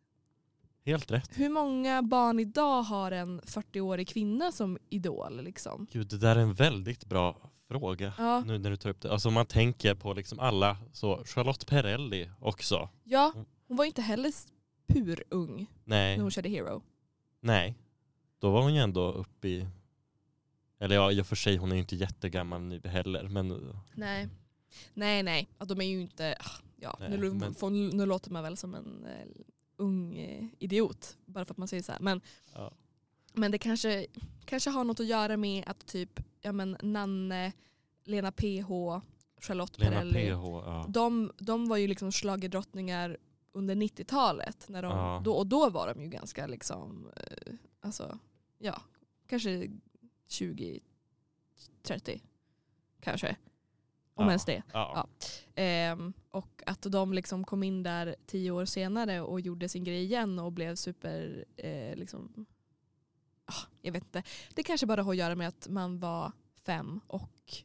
Helt rätt. Hur många barn idag har en fyrtioårig kvinna som idol liksom? Gud, det där är en väldigt bra fråga. Ja, Nu när du tar upp det. Alltså man tänker på liksom alla. Så Charlotte Perrelli också. ja hon var inte heller pur ung Nej. när hon körde Hero. Nej. Då var hon ju ändå uppe i... Eller ja, i och för sig, hon är ju inte jättegammal nu heller. Men Nej, nej, nej. Ja, de är ju inte... Ja, Nej, nu, men- får, nu låter man väl som en eh, ung eh, idiot. Bara för att man säger så här. Men, ja. men det kanske, kanske har något att göra med att typ ja, men Nanne, Lena P H, Charlotte Lena Perrelli. P H. Ja. De, de var ju liksom schlagerdrottningar under nittiotalet. När de, Ja. då, och då var de ju ganska liksom... Eh, alltså, ja, kanske tjugo trettio. Kanske. Om Ja. ens det. Ja. Ehm, och att de liksom kom in där tio år senare och gjorde sin grej igen och blev super, eh, liksom, ah, jag vet inte. Det kanske bara har att göra med att man var fem och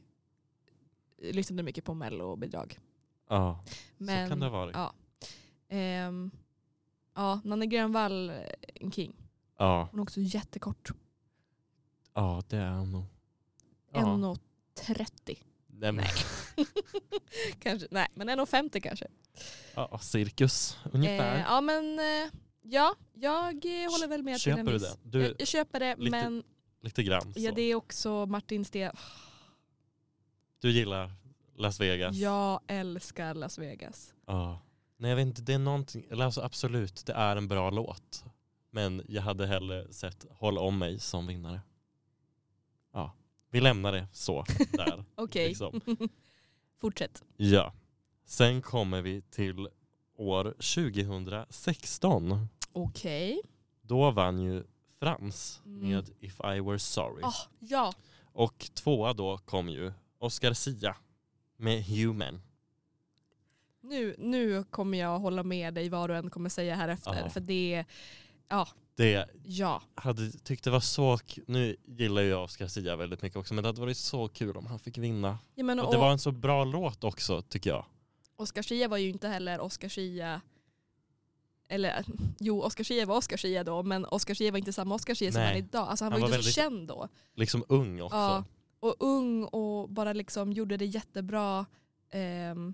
lyssnade mycket på mellobidrag. Ja. Men, Så kan det vara. Ja. Ehm, ja, Nanne Grönvall, en king. Ja. Hon är också jättekort. Ja, det är hon nog. Ja. en komma trettio. Nej, men, Nej. kanske, nej, men en komma femtio kanske. ja, cirkus ungefär. Eh, ja, men eh, ja, jag eh, håller väl med. Köper till du en viss- det? Du, jag, jag köper det, lite men lite grann så. ja, det är också Martin Sten. Du gillar Las Vegas? Jag älskar Las Vegas. Ja. Nej, jag vet inte, det är någonting, eller alltså absolut, det är en bra låt. Men jag hade hellre sett Håll om mig som vinnare. Ja, vi lämnar det så där. Okej, liksom. fortsätt. Ja. Sen kommer vi till år tjugohundrasexton. Okej. Då vann ju Frans Mm. med If I Were Sorry. Ah, ja, Och tvåa då kom ju Oscar Sia med Human. Nu, nu kommer jag hålla med dig vad du än kommer säga här efter. Ja. För det, ja. Det ja. hade tyckt det var så k- nu gillar jag Oscar Sia väldigt mycket också, men det hade varit så kul om han fick vinna. Ja, men, och, och det var en så bra låt också, tycker jag. Oscar Sia var ju inte heller Oscar Sia. Eller jo, Oscar Sia var Oscar Sia då, men Oscar Sia var inte samma Oscar Sia som Nej. han är idag. Alltså han, Han var var ju inte så väldigt- känd då. Liksom ung också. Ja, och ung och bara liksom gjorde det jättebra. Ehm,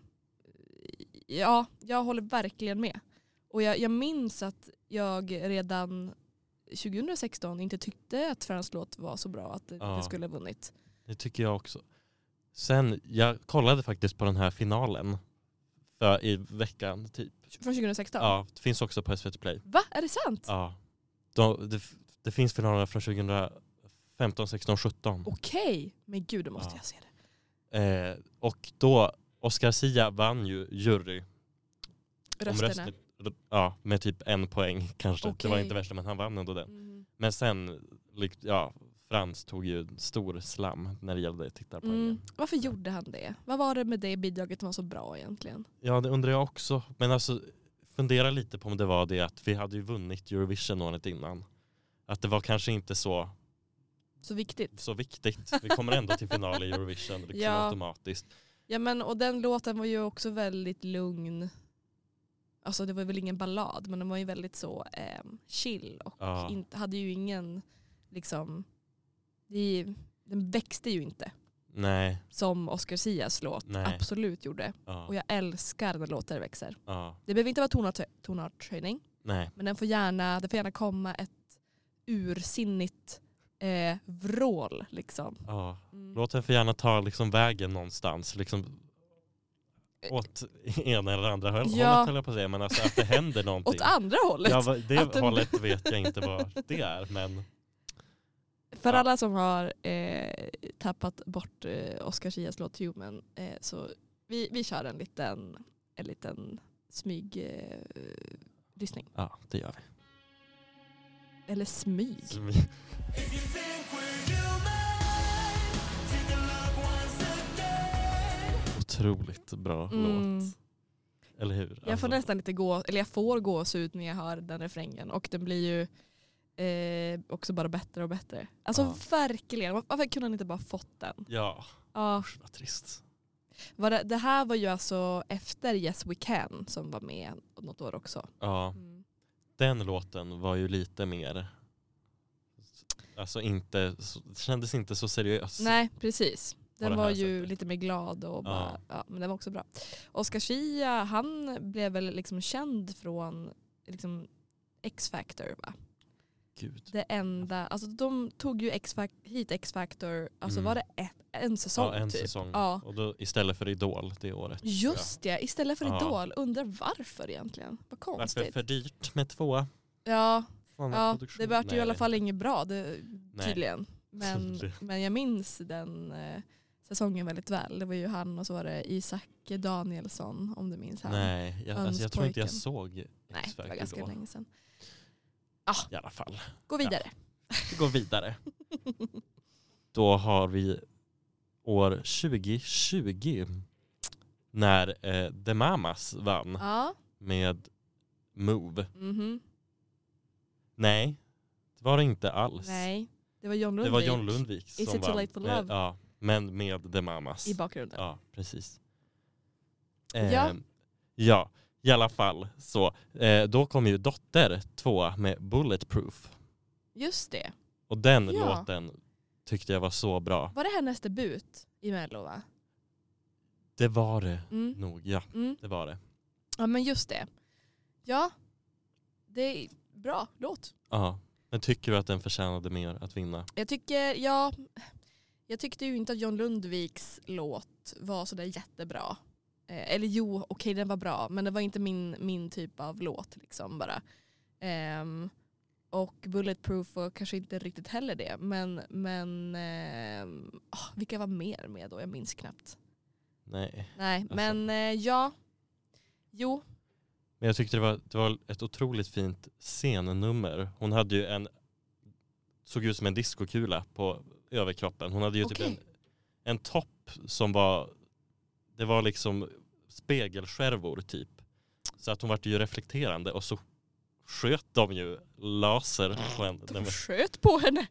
ja, jag håller verkligen med. Och jag, jag minns att jag redan tjugohundrasexton inte tyckte att Frans låt var så bra att det, Ja. det skulle ha vunnit. Det tycker jag också. Sen, jag kollade faktiskt på den här finalen för i veckan typ. Från tjugohundrasexton? Ja, det finns också på S V T Play. Va? Är det sant? Ja. De, det, det finns finaler från tjugohundrafemton, sexton, sjutton. Okej. Men gud, då måste Ja. jag se det. Eh, och då, Oscar Sia vann ju jury. Rösterna. Omröstning- Ja, med typ en poäng kanske. Det var Okej. inte värsta, men han vann ändå den. Mm. Men sen, lik- ja, Frans tog ju stor slam när det gällde tittarpoängen. Mm. Varför gjorde han det? Vad var det med det bidraget som var så bra egentligen? Ja, det undrar jag också. Men alltså, fundera lite på om det var det att vi hade ju vunnit Eurovision året innan. Att det var kanske inte så, Så viktigt. så viktigt. Vi kommer ändå till final i Eurovision liksom Ja. automatiskt. Ja, men och den låten var ju också väldigt lugn. Alltså det var väl ingen ballad, men den var ju väldigt så eh, chill och Ja. inte, hade ju ingen liksom det, den växte ju inte Nej. som Oscar Sias låt Nej. absolut gjorde. Ja. Och jag älskar när låtar växer. Ja. Det behöver inte vara tonart- tonartshöjning, Nej. men den får gärna, det får gärna komma ett ursinnigt eh, vrål liksom. Ja. Mm. Låt den för gärna ta liksom vägen någonstans. Liksom åt ena eller andra håll, Ja. hållet höll jag på att säga. Men alltså att det händer någonting. Åt andra hållet. Ja, vad- det Att den- hållet vet jag inte vad det är. Men För Ja. alla som har eh, tappat bort eh, Oscar Sias låt Human, eh, så vi, vi kör en liten, en liten smyg eh, lyssning. ja, det gör vi. Eller smyg. Otroligt bra Mm. låt. Eller hur? Jag får nästan lite gå, eller jag får gåshud när jag hör den refrängen, och den blir ju eh, också bara bättre och bättre. Alltså Ja. verkligen, varför kunde han inte bara fått den? Ja, Ja, usch, vad trist. var det, det här var ju alltså efter Yes We Can som var med något år också. Ja, Mm. den låten var ju lite mer, alltså inte, det kändes inte så seriös. Nej, precis. På Den det var här ju sättet. lite mer glad och bara, Ja. ja. Men den var också bra. Oscar Sia, han blev väl liksom känd från liksom X-Factor, va? Gud. Det enda, alltså de tog ju X-Factor, hit X-Factor, alltså Mm. var det ett, en säsong Ja, en typ? säsong. Ja. Och då istället för Idol det året. Just det, istället för Ja. Idol. Undrar varför egentligen. Vad Varför konstigt. för dyrt med två? Ja, sådana ja produktioner? det vart ju i Nej, alla fall inget bra det, Nej. tydligen. Men, Tydligen. men jag minns den eh, säsongen väldigt väl. Det var ju han och så var det Isak Danielsson, om du minns han. Nej, jag, alltså, jag tror inte jag Önspojken. såg Nej, det var X-Factor ganska då. länge sedan. I alla fall. Gå vidare. Vi går vidare. Då har vi år tjugo tjugo när eh, The Mamas vann Ja. med Move. Mhm. Nej, det var det inte alls. Nej, det var John det Lundvik. var John Lundvik Is som it too vann. late for med, love? ja, men med The Mamas. I bakgrunden. Ja, precis. Eh, Ja. ja, i alla fall. Så, eh, då kom ju Dotter två med Bulletproof. Just det. Och den Ja. låten tyckte jag var så bra. Var det hennes debut i Mello, va? Det var det Mm. nog, ja. Mm. Det var det. Ja, men just det. Ja, det är bra låt. Ja. Men tycker du att den förtjänade mer att vinna? Jag tycker, ja, jag tyckte ju inte att John Lundviks låt var så där jättebra. Eh, eller jo, okej, den var bra, men det var inte min, min typ av låt liksom bara. Ehm, och Bulletproof var kanske inte riktigt heller det, men, men ehm, åh, vilka var mer med då? Jag minns knappt. Nej. Nej, Alltså. men eh, ja, jo, Men jag tyckte det var, det var ett otroligt fint scennummer. Hon hade ju en, såg ut som en diskokula på överkroppen. Hon hade ju typ Okej. en, en topp som var, det var liksom spegelskärvor typ. Så att hon var ju reflekterande och så sköt de ju laser på henne. De sköt på henne?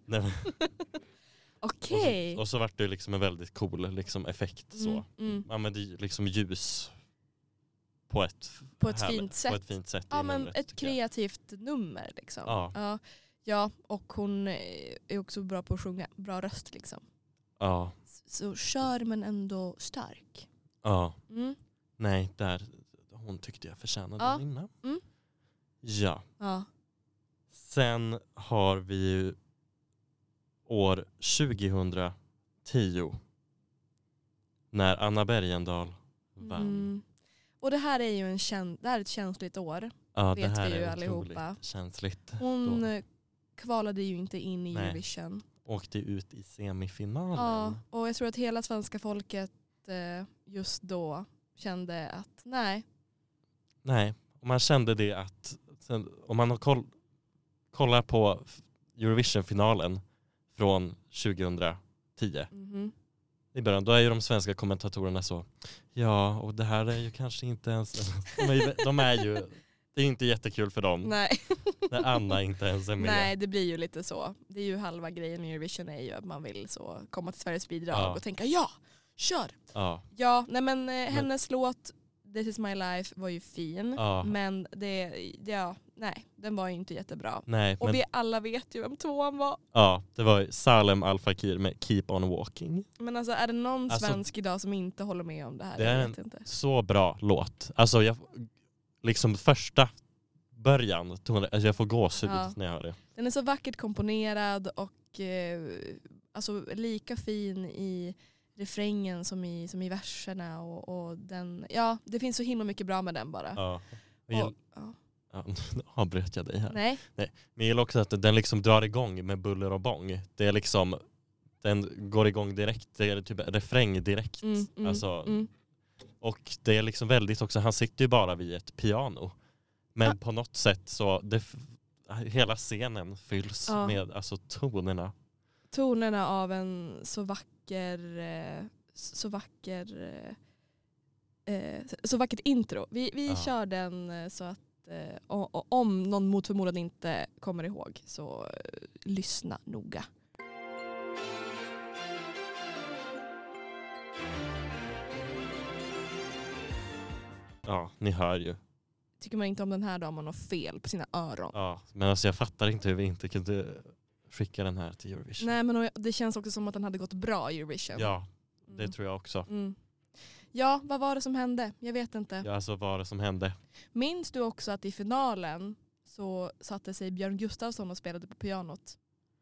Och Okej. så, och så var det liksom en väldigt cool liksom, effekt. Så. Mm, mm. Man använde liksom ljus på ett, på ett, härligt, fint, sätt. På ett fint sätt. Ja, men numret, ett kreativt nummer. Liksom. Ja. Ja. Ja, och hon är också bra på att sjunga. Bra röst liksom. Ja. Så kör men ändå stark. Ja. Mm. Nej, där hon tyckte jag förtjänade ja. att vinna. Mm. Ja. ja. Sen har vi ju år tjugohundratio när Anna Bergendahl vann. Mm. Och det här är ju en känd, det här är ett känsligt år. Ja, vet det här vi ju är allihopa. Känsligt. Hon då. kvalade ju inte in i Nej. Eurovision. Åkte ut i semifinalen. Ja, och jag tror att hela svenska folket eh, just då kände att nej. Nej, och man kände det att sen, om man har koll, kollar på Eurovision-finalen från tjugohundratio Mm-hmm. i början, då är ju de svenska kommentatorerna så, ja, och det här är ju kanske inte ens, de är ju, de är ju det är inte jättekul för dem. Nej. När Anna inte ens är med. Nej, det blir ju lite så. Det är ju halva grejen med Eurovision är ju att man vill så komma till Sveriges bidrag Ja. och tänka ja, kör. Ja. Ja, nej men, eh, hennes låt This is my life var ju fin. Ja. Men det, det, ja, nej, den var ju inte jättebra. Nej, Och men, vi alla vet ju vem tvåan var. ja, det var Salem Al Fakir med Keep on Walking. Men alltså är det någon Alltså, svensk idag som inte håller med om det här? Det är jag vet en inte. så bra låt. Alltså jag, liksom första början, alltså jag får gåshud Ja. när jag hör det. Den är så vackert komponerad och eh, alltså lika fin i refrängen som i, som i verserna. Och, och den, ja, det finns så himla mycket bra med den bara. Ja. Och, Jag, ja. ja, nu avbröt jag dig här. Nej. Nej. Men jag gillar också att den liksom drar igång med buller och bång. Det är liksom, den går igång direkt. Det är typ refräng direkt. Mm, mm, alltså, mm. Och det är liksom väldigt också, han sitter ju bara vid ett piano. Men Ja. på något sätt så, det, hela scenen fylls Ja. med alltså tonerna. Tonerna av en så vacker eh, så vacker eh, eh, så vackert intro. Vi, vi Ja. kör den eh, så att eh, och, och om någon mot förmodan inte kommer ihåg så eh, lyssna noga. Ja, ni hör ju. Tycker man inte om den här då har man har fel på sina öron. Ja, men alltså jag fattar inte hur vi inte kunde skicka den här till Eurovision. Nej, men det känns också som att den hade gått bra i Eurovision. Ja, det Mm. tror jag också. Mm. Ja, vad var det som hände? Jag vet inte. Ja, alltså vad var det som hände? Minns du också att i finalen så satte sig Björn Gustafsson och spelade på pianot?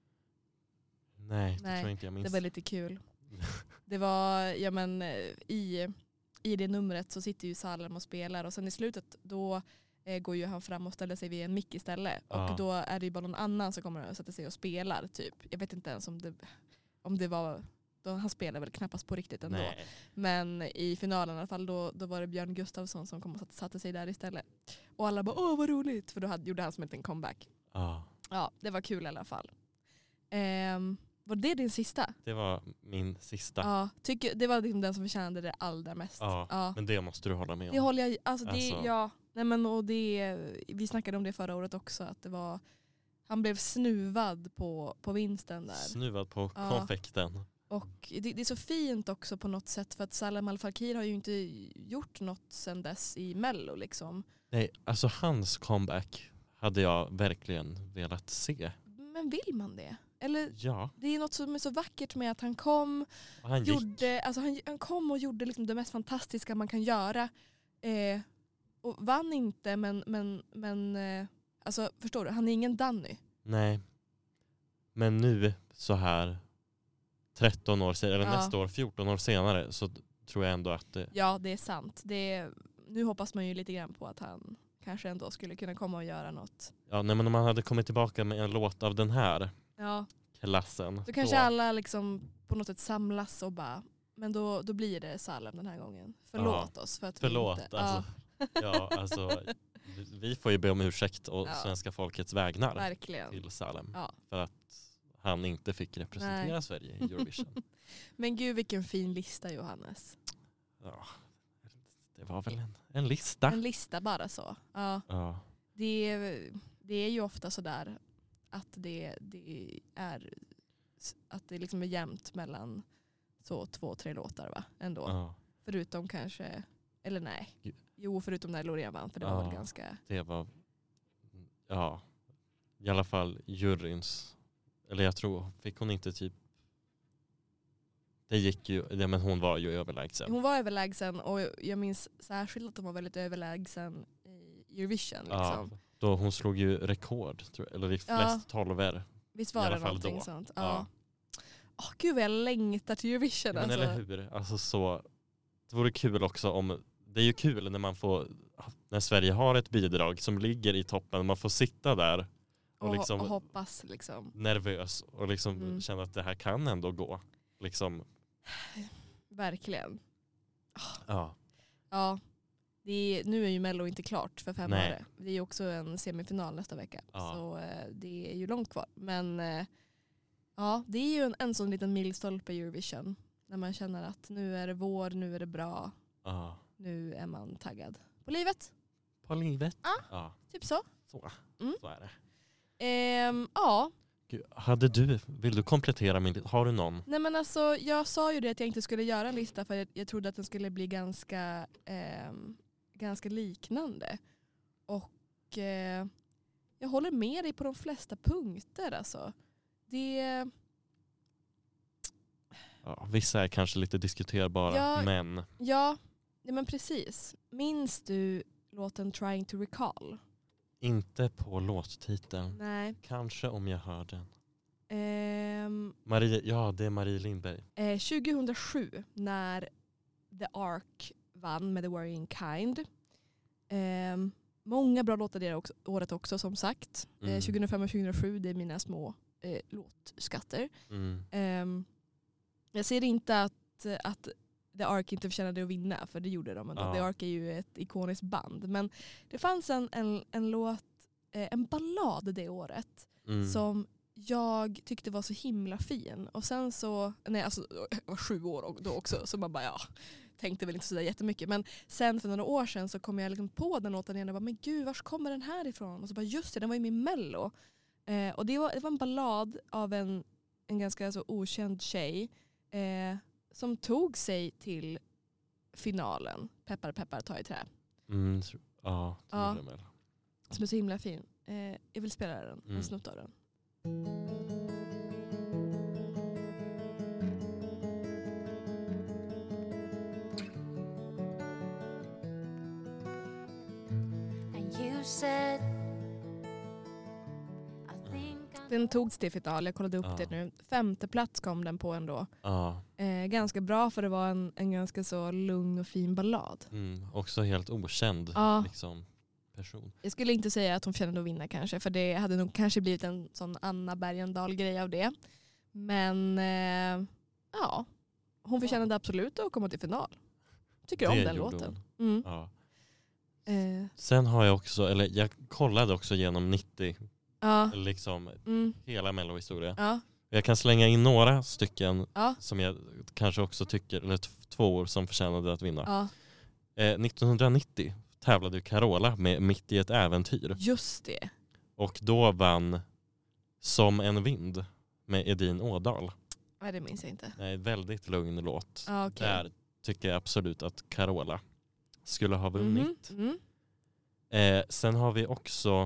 Nej, det Nej, tror jag inte jag minns. Det var lite kul. Det var, ja men i, i det numret så sitter ju Salem och spelar och sen i slutet då eh, går ju han fram och ställer sig vid en mick istället. Ja. Och då är det ju bara någon annan som kommer att sätta sig och spelar typ. Jag vet inte ens om det, om det var, då, han spelar väl knappast på riktigt ändå. Nej. Men i finalen i alla fall då, då var det Björn Gustafsson som kom och satte, satte sig där istället. Och alla bara åh vad roligt för då hade, gjorde han som en liten comeback. Ja, Ja, det var kul i alla fall. Ehm, var det din sista? det var min sista. Ja, tycker, det var liksom den som förtjänade det allra mest. Ja, Ja. men det måste du hålla med om. Det håller jag, alltså det, Alltså. ja, nej men och det, vi snackade om det förra året också, att det var, han blev snuvad på, på vinsten där. Snuvad på Ja. konfekten. Och det, det är så fint också på något sätt för att Salem Al Fakir har ju inte gjort något sedan dess i Mello liksom. Nej, alltså hans comeback hade jag verkligen velat se. Men vill man det? Eller Ja, det är något som är så vackert med att han kom och han gick. gjorde, alltså han, han kom och gjorde liksom det mest fantastiska man kan göra. Eh, och vann inte, men, men, men eh, alltså, förstår du, han är ingen Danny. Nej. Men nu så här tretton år senare, eller Ja. nästa år fjorton år senare, så tror jag ändå att det, Ja, det är sant. Det är, nu hoppas man ju lite grann på att han kanske ändå skulle kunna komma och göra något. ja, nej, men om man hade kommit tillbaka med en låt av den här Ja, klassen. då kanske alla liksom på något sätt samlas och bara, men då, då blir det Salem den här gången. Förlåt oss för att Förlåt, vi inte... alltså. Ja, Ja, alltså vi- vi får ju be om ursäkt och Ja. svenska folkets vägnar verkligen. till Salem. Ja. För att han inte fick representera Nej. Sverige i Eurovision. Men gud vilken fin lista, Johannes. Ja, det var väl en, en lista. En lista bara så. Ja. Ja. Det, det är ju ofta så där att det, det är att det liksom är jämnt mellan så två, tre låtar va? Ändå. Ja. Förutom kanske, eller nej. Jo, förutom när Loreen vann, för det Ja. var väl ganska... Det var, ja, i alla fall juryns, eller jag tror, fick hon inte typ, det gick ju, ja, men hon var ju överlägsen. Hon var överlägsen och jag minns särskilt att hon var väldigt överlägsen i Eurovision. Liksom. Ja, då hon slog ju rekord, tror jag, eller i flest Ja. tolver. Visst i var alla det fall någonting då. sånt? Ja. Ja. Åh, gud vad jag längtar till Eurovision. Ja, men alltså. eller hur? Alltså så, det vore kul också om, det är ju kul när man får, när Sverige har ett bidrag som ligger i toppen, man får sitta där och, Och, liksom och hoppas liksom. nervös och liksom Mm. känna att det här kan ändå gå. Liksom, Verkligen. ja. Ja. Det är, nu är ju Mello inte klart för fem Nej. år. Det är ju också en semifinal nästa vecka. Ja. Så eh, det är ju långt kvar. Men eh, ja, det är ju en, en sån liten milstolpe i Eurovision. När man känner att nu är det vår, nu är det bra. Ja. Nu är man taggad på livet. På livet. Ja. Ja. Typ så. Så. Mm. Så är det. Ehm, ja. Gud, hade du, vill du komplettera min, har du någon? Nej men alltså, jag sa ju det att jag inte skulle göra en lista för jag, jag trodde att den skulle bli ganska, ehm, ganska liknande. Och eh, jag håller med dig på de flesta punkter. Alltså. Det, Ja, vissa är kanske lite diskuterbara, Ja. men ja, ja, men precis. Minns du låten Trying to Recall? inte på låttiteln. Nej. Kanske om jag hör den. Ehm, Marie, ja, det är Marie Lindberg. eh, tjugohundrasju när The Ark vann med The Worrying Kind. Ehm, många bra låtar det också, året också som sagt. Mm. Eh, tjugohundrafem och tjugohundrasju det är mina små eh, låtskatter. Mm. Ehm, jag ser inte att, att The Ark inte förtjänade att vinna, för det gjorde de ändå. Ja. The Ark är ju ett ikoniskt band. Men det fanns en, en, en låt, eh, en ballad det året Mm. som jag tyckte var så himla fin. Och sen så, nej alltså jag var sju år då också, så man bara ja, tänkte väl inte så där jättemycket. Men sen för några år sedan så kom jag liksom på den låten igen och bara, men gud, var kommer den här ifrån? Och så bara, just det, den var ju med i Mello. Eh, och det var, det var en ballad av en, en ganska så okänd tjej eh, som tog sig till finalen. Peppar, peppar, ta i trä. Mm. tro- Ja, det Ja. gjorde den väl. Som är så himla fin. Eh, jag vill spela den, Mm. en snutt av den. And you said, I think I Den togs till final, jag kollade upp Ja. det nu. Femte plats kom den på ändå. Ja. Eh, ganska bra för det var en, en ganska så lugn och fin ballad. Mm. Också helt okänd Ja. liksom, person. Jag skulle inte säga att hon förtjänade att vinna kanske, för det hade nog kanske blivit en sån Anna Bergendahl-grej av det. Men eh, ja, hon förtjänade absolut att komma till final. Tycker om Det den gjorde låten. hon. Mm. Ja. Eh, Sen har jag också, eller jag kollade också genom nittio, ja. liksom Mm. hela Mello-historia. Ja. Jag kan slänga in några stycken Ja. som jag kanske också tycker, eller t- två år som förtjänade att vinna. Ja. Eh, nittonhundranittio tävlade ju Carola med Mitt i ett äventyr. Just det. Och då vann Som en vind med Edin Ådahl. Nej, det minns jag inte. Nej, väldigt lugn låt. Ja, okej. Där tycker jag absolut att Carola skulle ha vunnit. Mhm. Mm. Eh, sen har vi också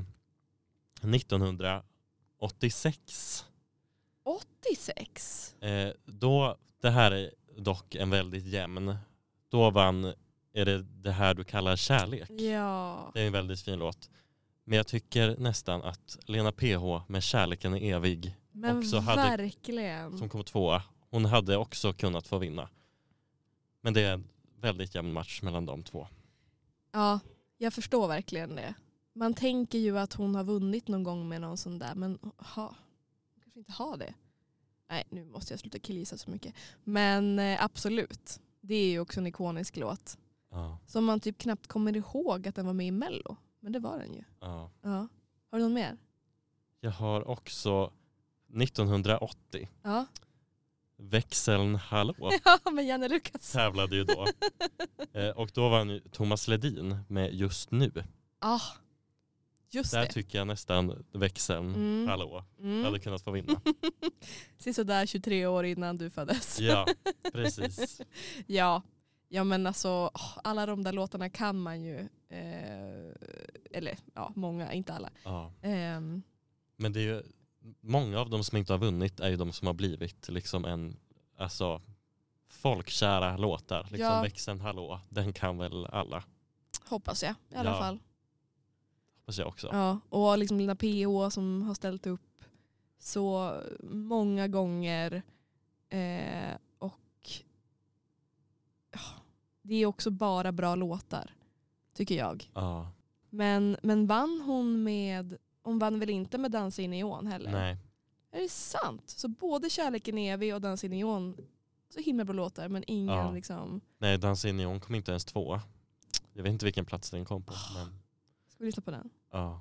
nittonhundraåttiosex. åttiosex. Eh, då, det här är dock en väldigt jämn. Då vann Är det det här du kallar kärlek. Ja. Det är en väldigt fin låt. Men jag tycker nästan att Lena P H med Kärleken är evig, Men också hade- verkligen. som kom tvåa, hon hade också kunnat få vinna. Men det är en väldigt jämn match mellan de två. Ja, jag förstår verkligen det. Man tänker ju att hon har vunnit någon gång med någon sån där, men ha, kanske inte har det. Nej, nu måste jag sluta killgissa så mycket. Men eh, absolut, det är ju också en ikonisk låt. Ja, Som man typ knappt kommer ihåg att den var med i Mello. Men det var den ju. ja. Ja. Har du någon mer? Jag har också nittonhundraåttio. Ja. Växeln Hallå Ja, med Janne Lukas. tävlade ju då. eh, och då var nu Thomas Ledin med Just nu. Ja, just Där det. tycker jag nästan växeln Mm. Hallå Mm. hade kunnat få vinna. Sådär tjugotre år innan du föddes. Ja, precis. Ja. Ja, men alltså åh, alla de där låtarna kan man ju. Eh, eller ja, många, inte alla. Ja. Ehm, Men det är ju, många av de som inte har vunnit är ju de som har blivit liksom en, alltså folkkära låtar. Liksom Ja. Växeln Hallå, den kan väl alla. hoppas jag i alla Ja. fall. Hoppas jag också. Ja, och liksom Lina P H som har ställt upp så många gånger. Eh, och ja, det är också bara bra låtar, tycker jag. Ja. Men, men vann hon med, hon vann väl inte med Dansa i neon heller? Nej. Är det sant? Så både Kärleken är evig och Dansa i neon, så himla bra låtar, men ingen Ja. liksom... Nej, Dansa i neon kom inte ens två. Jag vet inte vilken plats den kom på. Men, Ska vi lyssna på den? ja.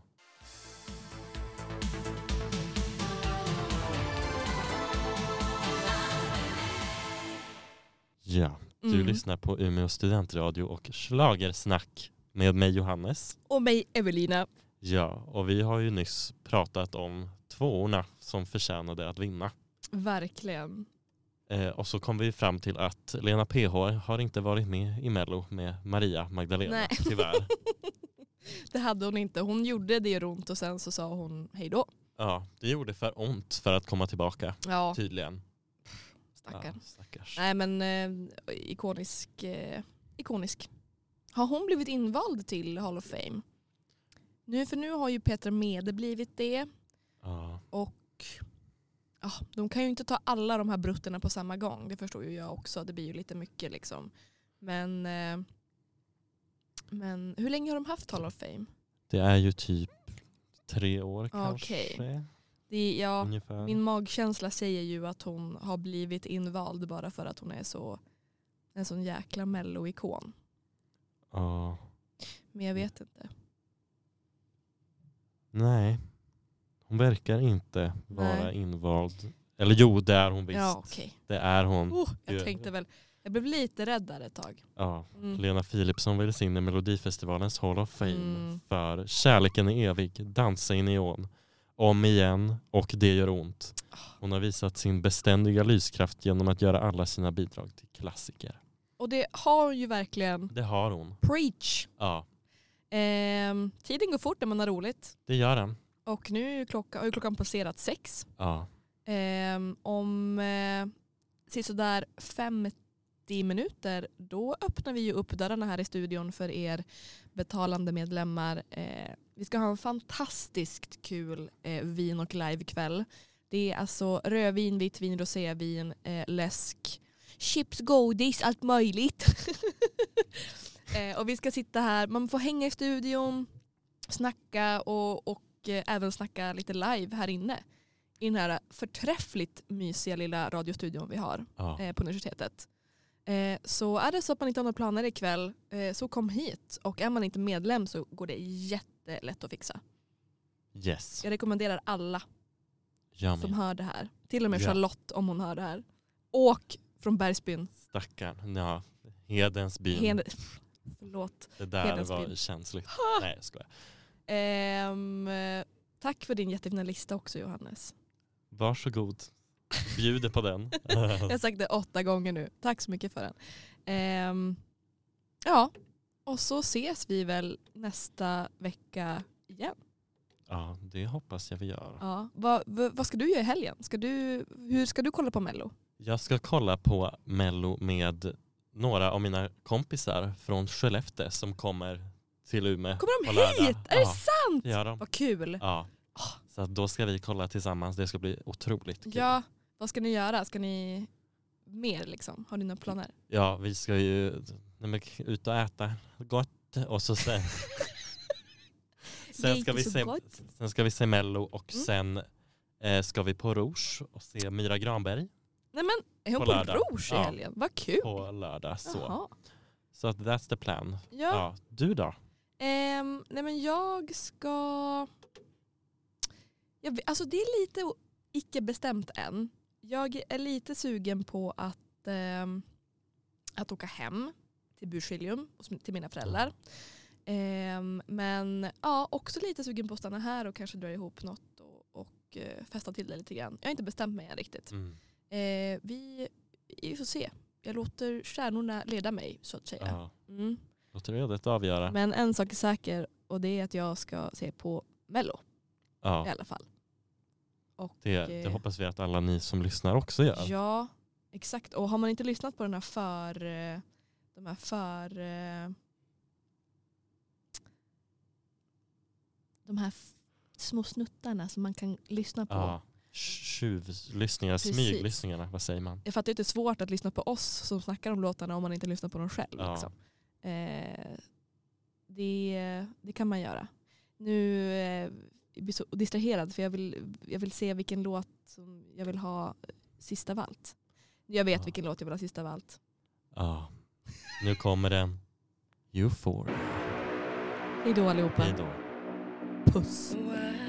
Ja, du Mm. lyssnar på Umeå studentradio och schlagersnack med mig Johannes. Och mig, Evelina. Ja, och vi har ju nyss pratat om tvåorna som förtjänade att vinna. Verkligen. Eh, och så kom vi fram till att Lena P H har inte varit med i Mello med Maria Magdalena, Nej. tyvärr. Det hade hon inte. Hon gjorde det runt och sen så sa hon hej då. Ja, det gjorde för ont för att komma tillbaka, Ja, tydligen. stackarn. Ja, stackars. Nej, men eh, ikonisk, eh, ikonisk. Har hon blivit invald till Hall of Fame? Nu, för nu har ju Petra Mede blivit det. Ja. Och ja, de kan ju inte ta alla de här brutterna på samma gång. Det förstår ju jag också. Det blir ju lite mycket liksom. Men, eh, men hur länge har de haft Hall of Fame? Det är ju typ tre år kanske. Okej. Det, ja, Ungefär. min magkänsla säger ju att hon har blivit invald bara för att hon är så en sån jäkla mello-ikon. Ja. Men jag vet inte. Nej. Hon verkar inte vara Nej. invald. Eller jo, det är hon visst. Ja, okej. Det är hon. Oh, jag Gud. tänkte väl, jag blev lite rädd där ett tag. Ja. Mm. Lena Philipsson väljs in i Melodifestivalens Hall of Fame Mm. för Kärleken är evig, Dansa i neon, Om igen och Det gör ont. Hon har visat sin beständiga lyskraft genom att göra alla sina bidrag till klassiker. Och det har ju verkligen Det har hon. preach. Ja, Ehm, tiden går fort när man har roligt. det gör den. Och nu är klockan, har ju klockan passerat sex. Ja, Ehm, om eh, sådär femtio minuter då öppnar vi ju upp dörrarna här i studion för er betalande medlemmar. Eh, vi ska ha en fantastiskt kul eh, vin- och livekväll. Det är alltså rödvin, vitt vin, rosévin, eh, läsk, chips, godis, allt möjligt. eh, och vi ska sitta här, man får hänga i studion, snacka och, och eh, även snacka lite live här inne. I den här förträffligt mysiga lilla radiostudion vi har ja. eh, på universitetet. Eh, så är det så att man inte har några planer ikväll eh, så kom hit. Och är man inte medlem så går det jättelätt att fixa. Yes. Jag rekommenderar alla Jag som med. hör det här. Till och med Ja. Charlotte om hon hör det här. Åk från Bergsbyn. Stackarn. Ja, Hedensbyn. Hed- Förlåt. Det där Hedensbyn. var känsligt. Nej, jag skojar. Ehm, eh, tack för din jättefina lista också, Johannes. Varsågod. Bjuder på den. Jag har sagt det åtta gånger nu. Tack så mycket för den. Ehm, ja, och så ses vi väl nästa vecka igen. Ja, det hoppas jag vi gör. Ja. Vad, vad, vad ska du göra i helgen? Ska du, hur ska du kolla på Mello? Jag ska kolla på Mello med några av mina kompisar från Skellefteå som kommer till Umeå. Kommer på de lördag. hit? Är det Ja, sant? det gör de. Vad kul. Ja. Så att då ska vi kolla tillsammans. Det ska bli otroligt kul. Ja, vad ska ni göra? Ska ni mer liksom? Har ni några planer? Ja, vi ska ju nej, men, ut och äta gott och så sen sen, ska Lite vi så se, gott. sen ska vi se Mello och Mm. sen eh, ska vi på Rouge och se Myra Granberg Nej men, är hon På på, lördag. Rouge i Ja. helgen? Vad kul. på lördag. Så, Jaha. så att that's the plan. Ja. Ja, du då? Ehm, nej men jag ska... Jag, vet- alltså det är lite o- icke bestämt än. Jag är lite sugen på att, eh, att åka hem till Burskillium till mina föräldrar. Eh, men ja, också lite sugen på att stanna här och kanske dra ihop något och, och eh, festa till det lite grann. Jag har inte bestämt mig än riktigt. Mm. Eh, vi, vi får se. Jag låter stjärnorna leda mig, så att säga. Ja. Mm. Låter det ödet avgöra. Men en sak är säker, och det är att jag ska se på Mello Ja. i alla fall. Och, Det, eh, det hoppas vi att alla ni som lyssnar också gör. Ja, exakt. Och har man inte lyssnat på den här för... eh, De här för... eh, De här f- små snuttarna som man kan lyssna på. Ja. Tjuvlyssningar, Precis. smyglyssningarna, vad säger man? Jag fattar att det är svårt att lyssna på oss som snackar om låtarna om man inte lyssnar på dem själv. Ja. Liksom. Eh, det, det kan man göra. Nu eh, jag blir så distraherad för jag vill, jag vill se vilken låt som jag vill ha sista av allt. Jag vet Ja. vilken låt jag vill ha sista av allt. Ja. Nu kommer den. Euphoria. Hej då allihopa. Hej då. Puss. Why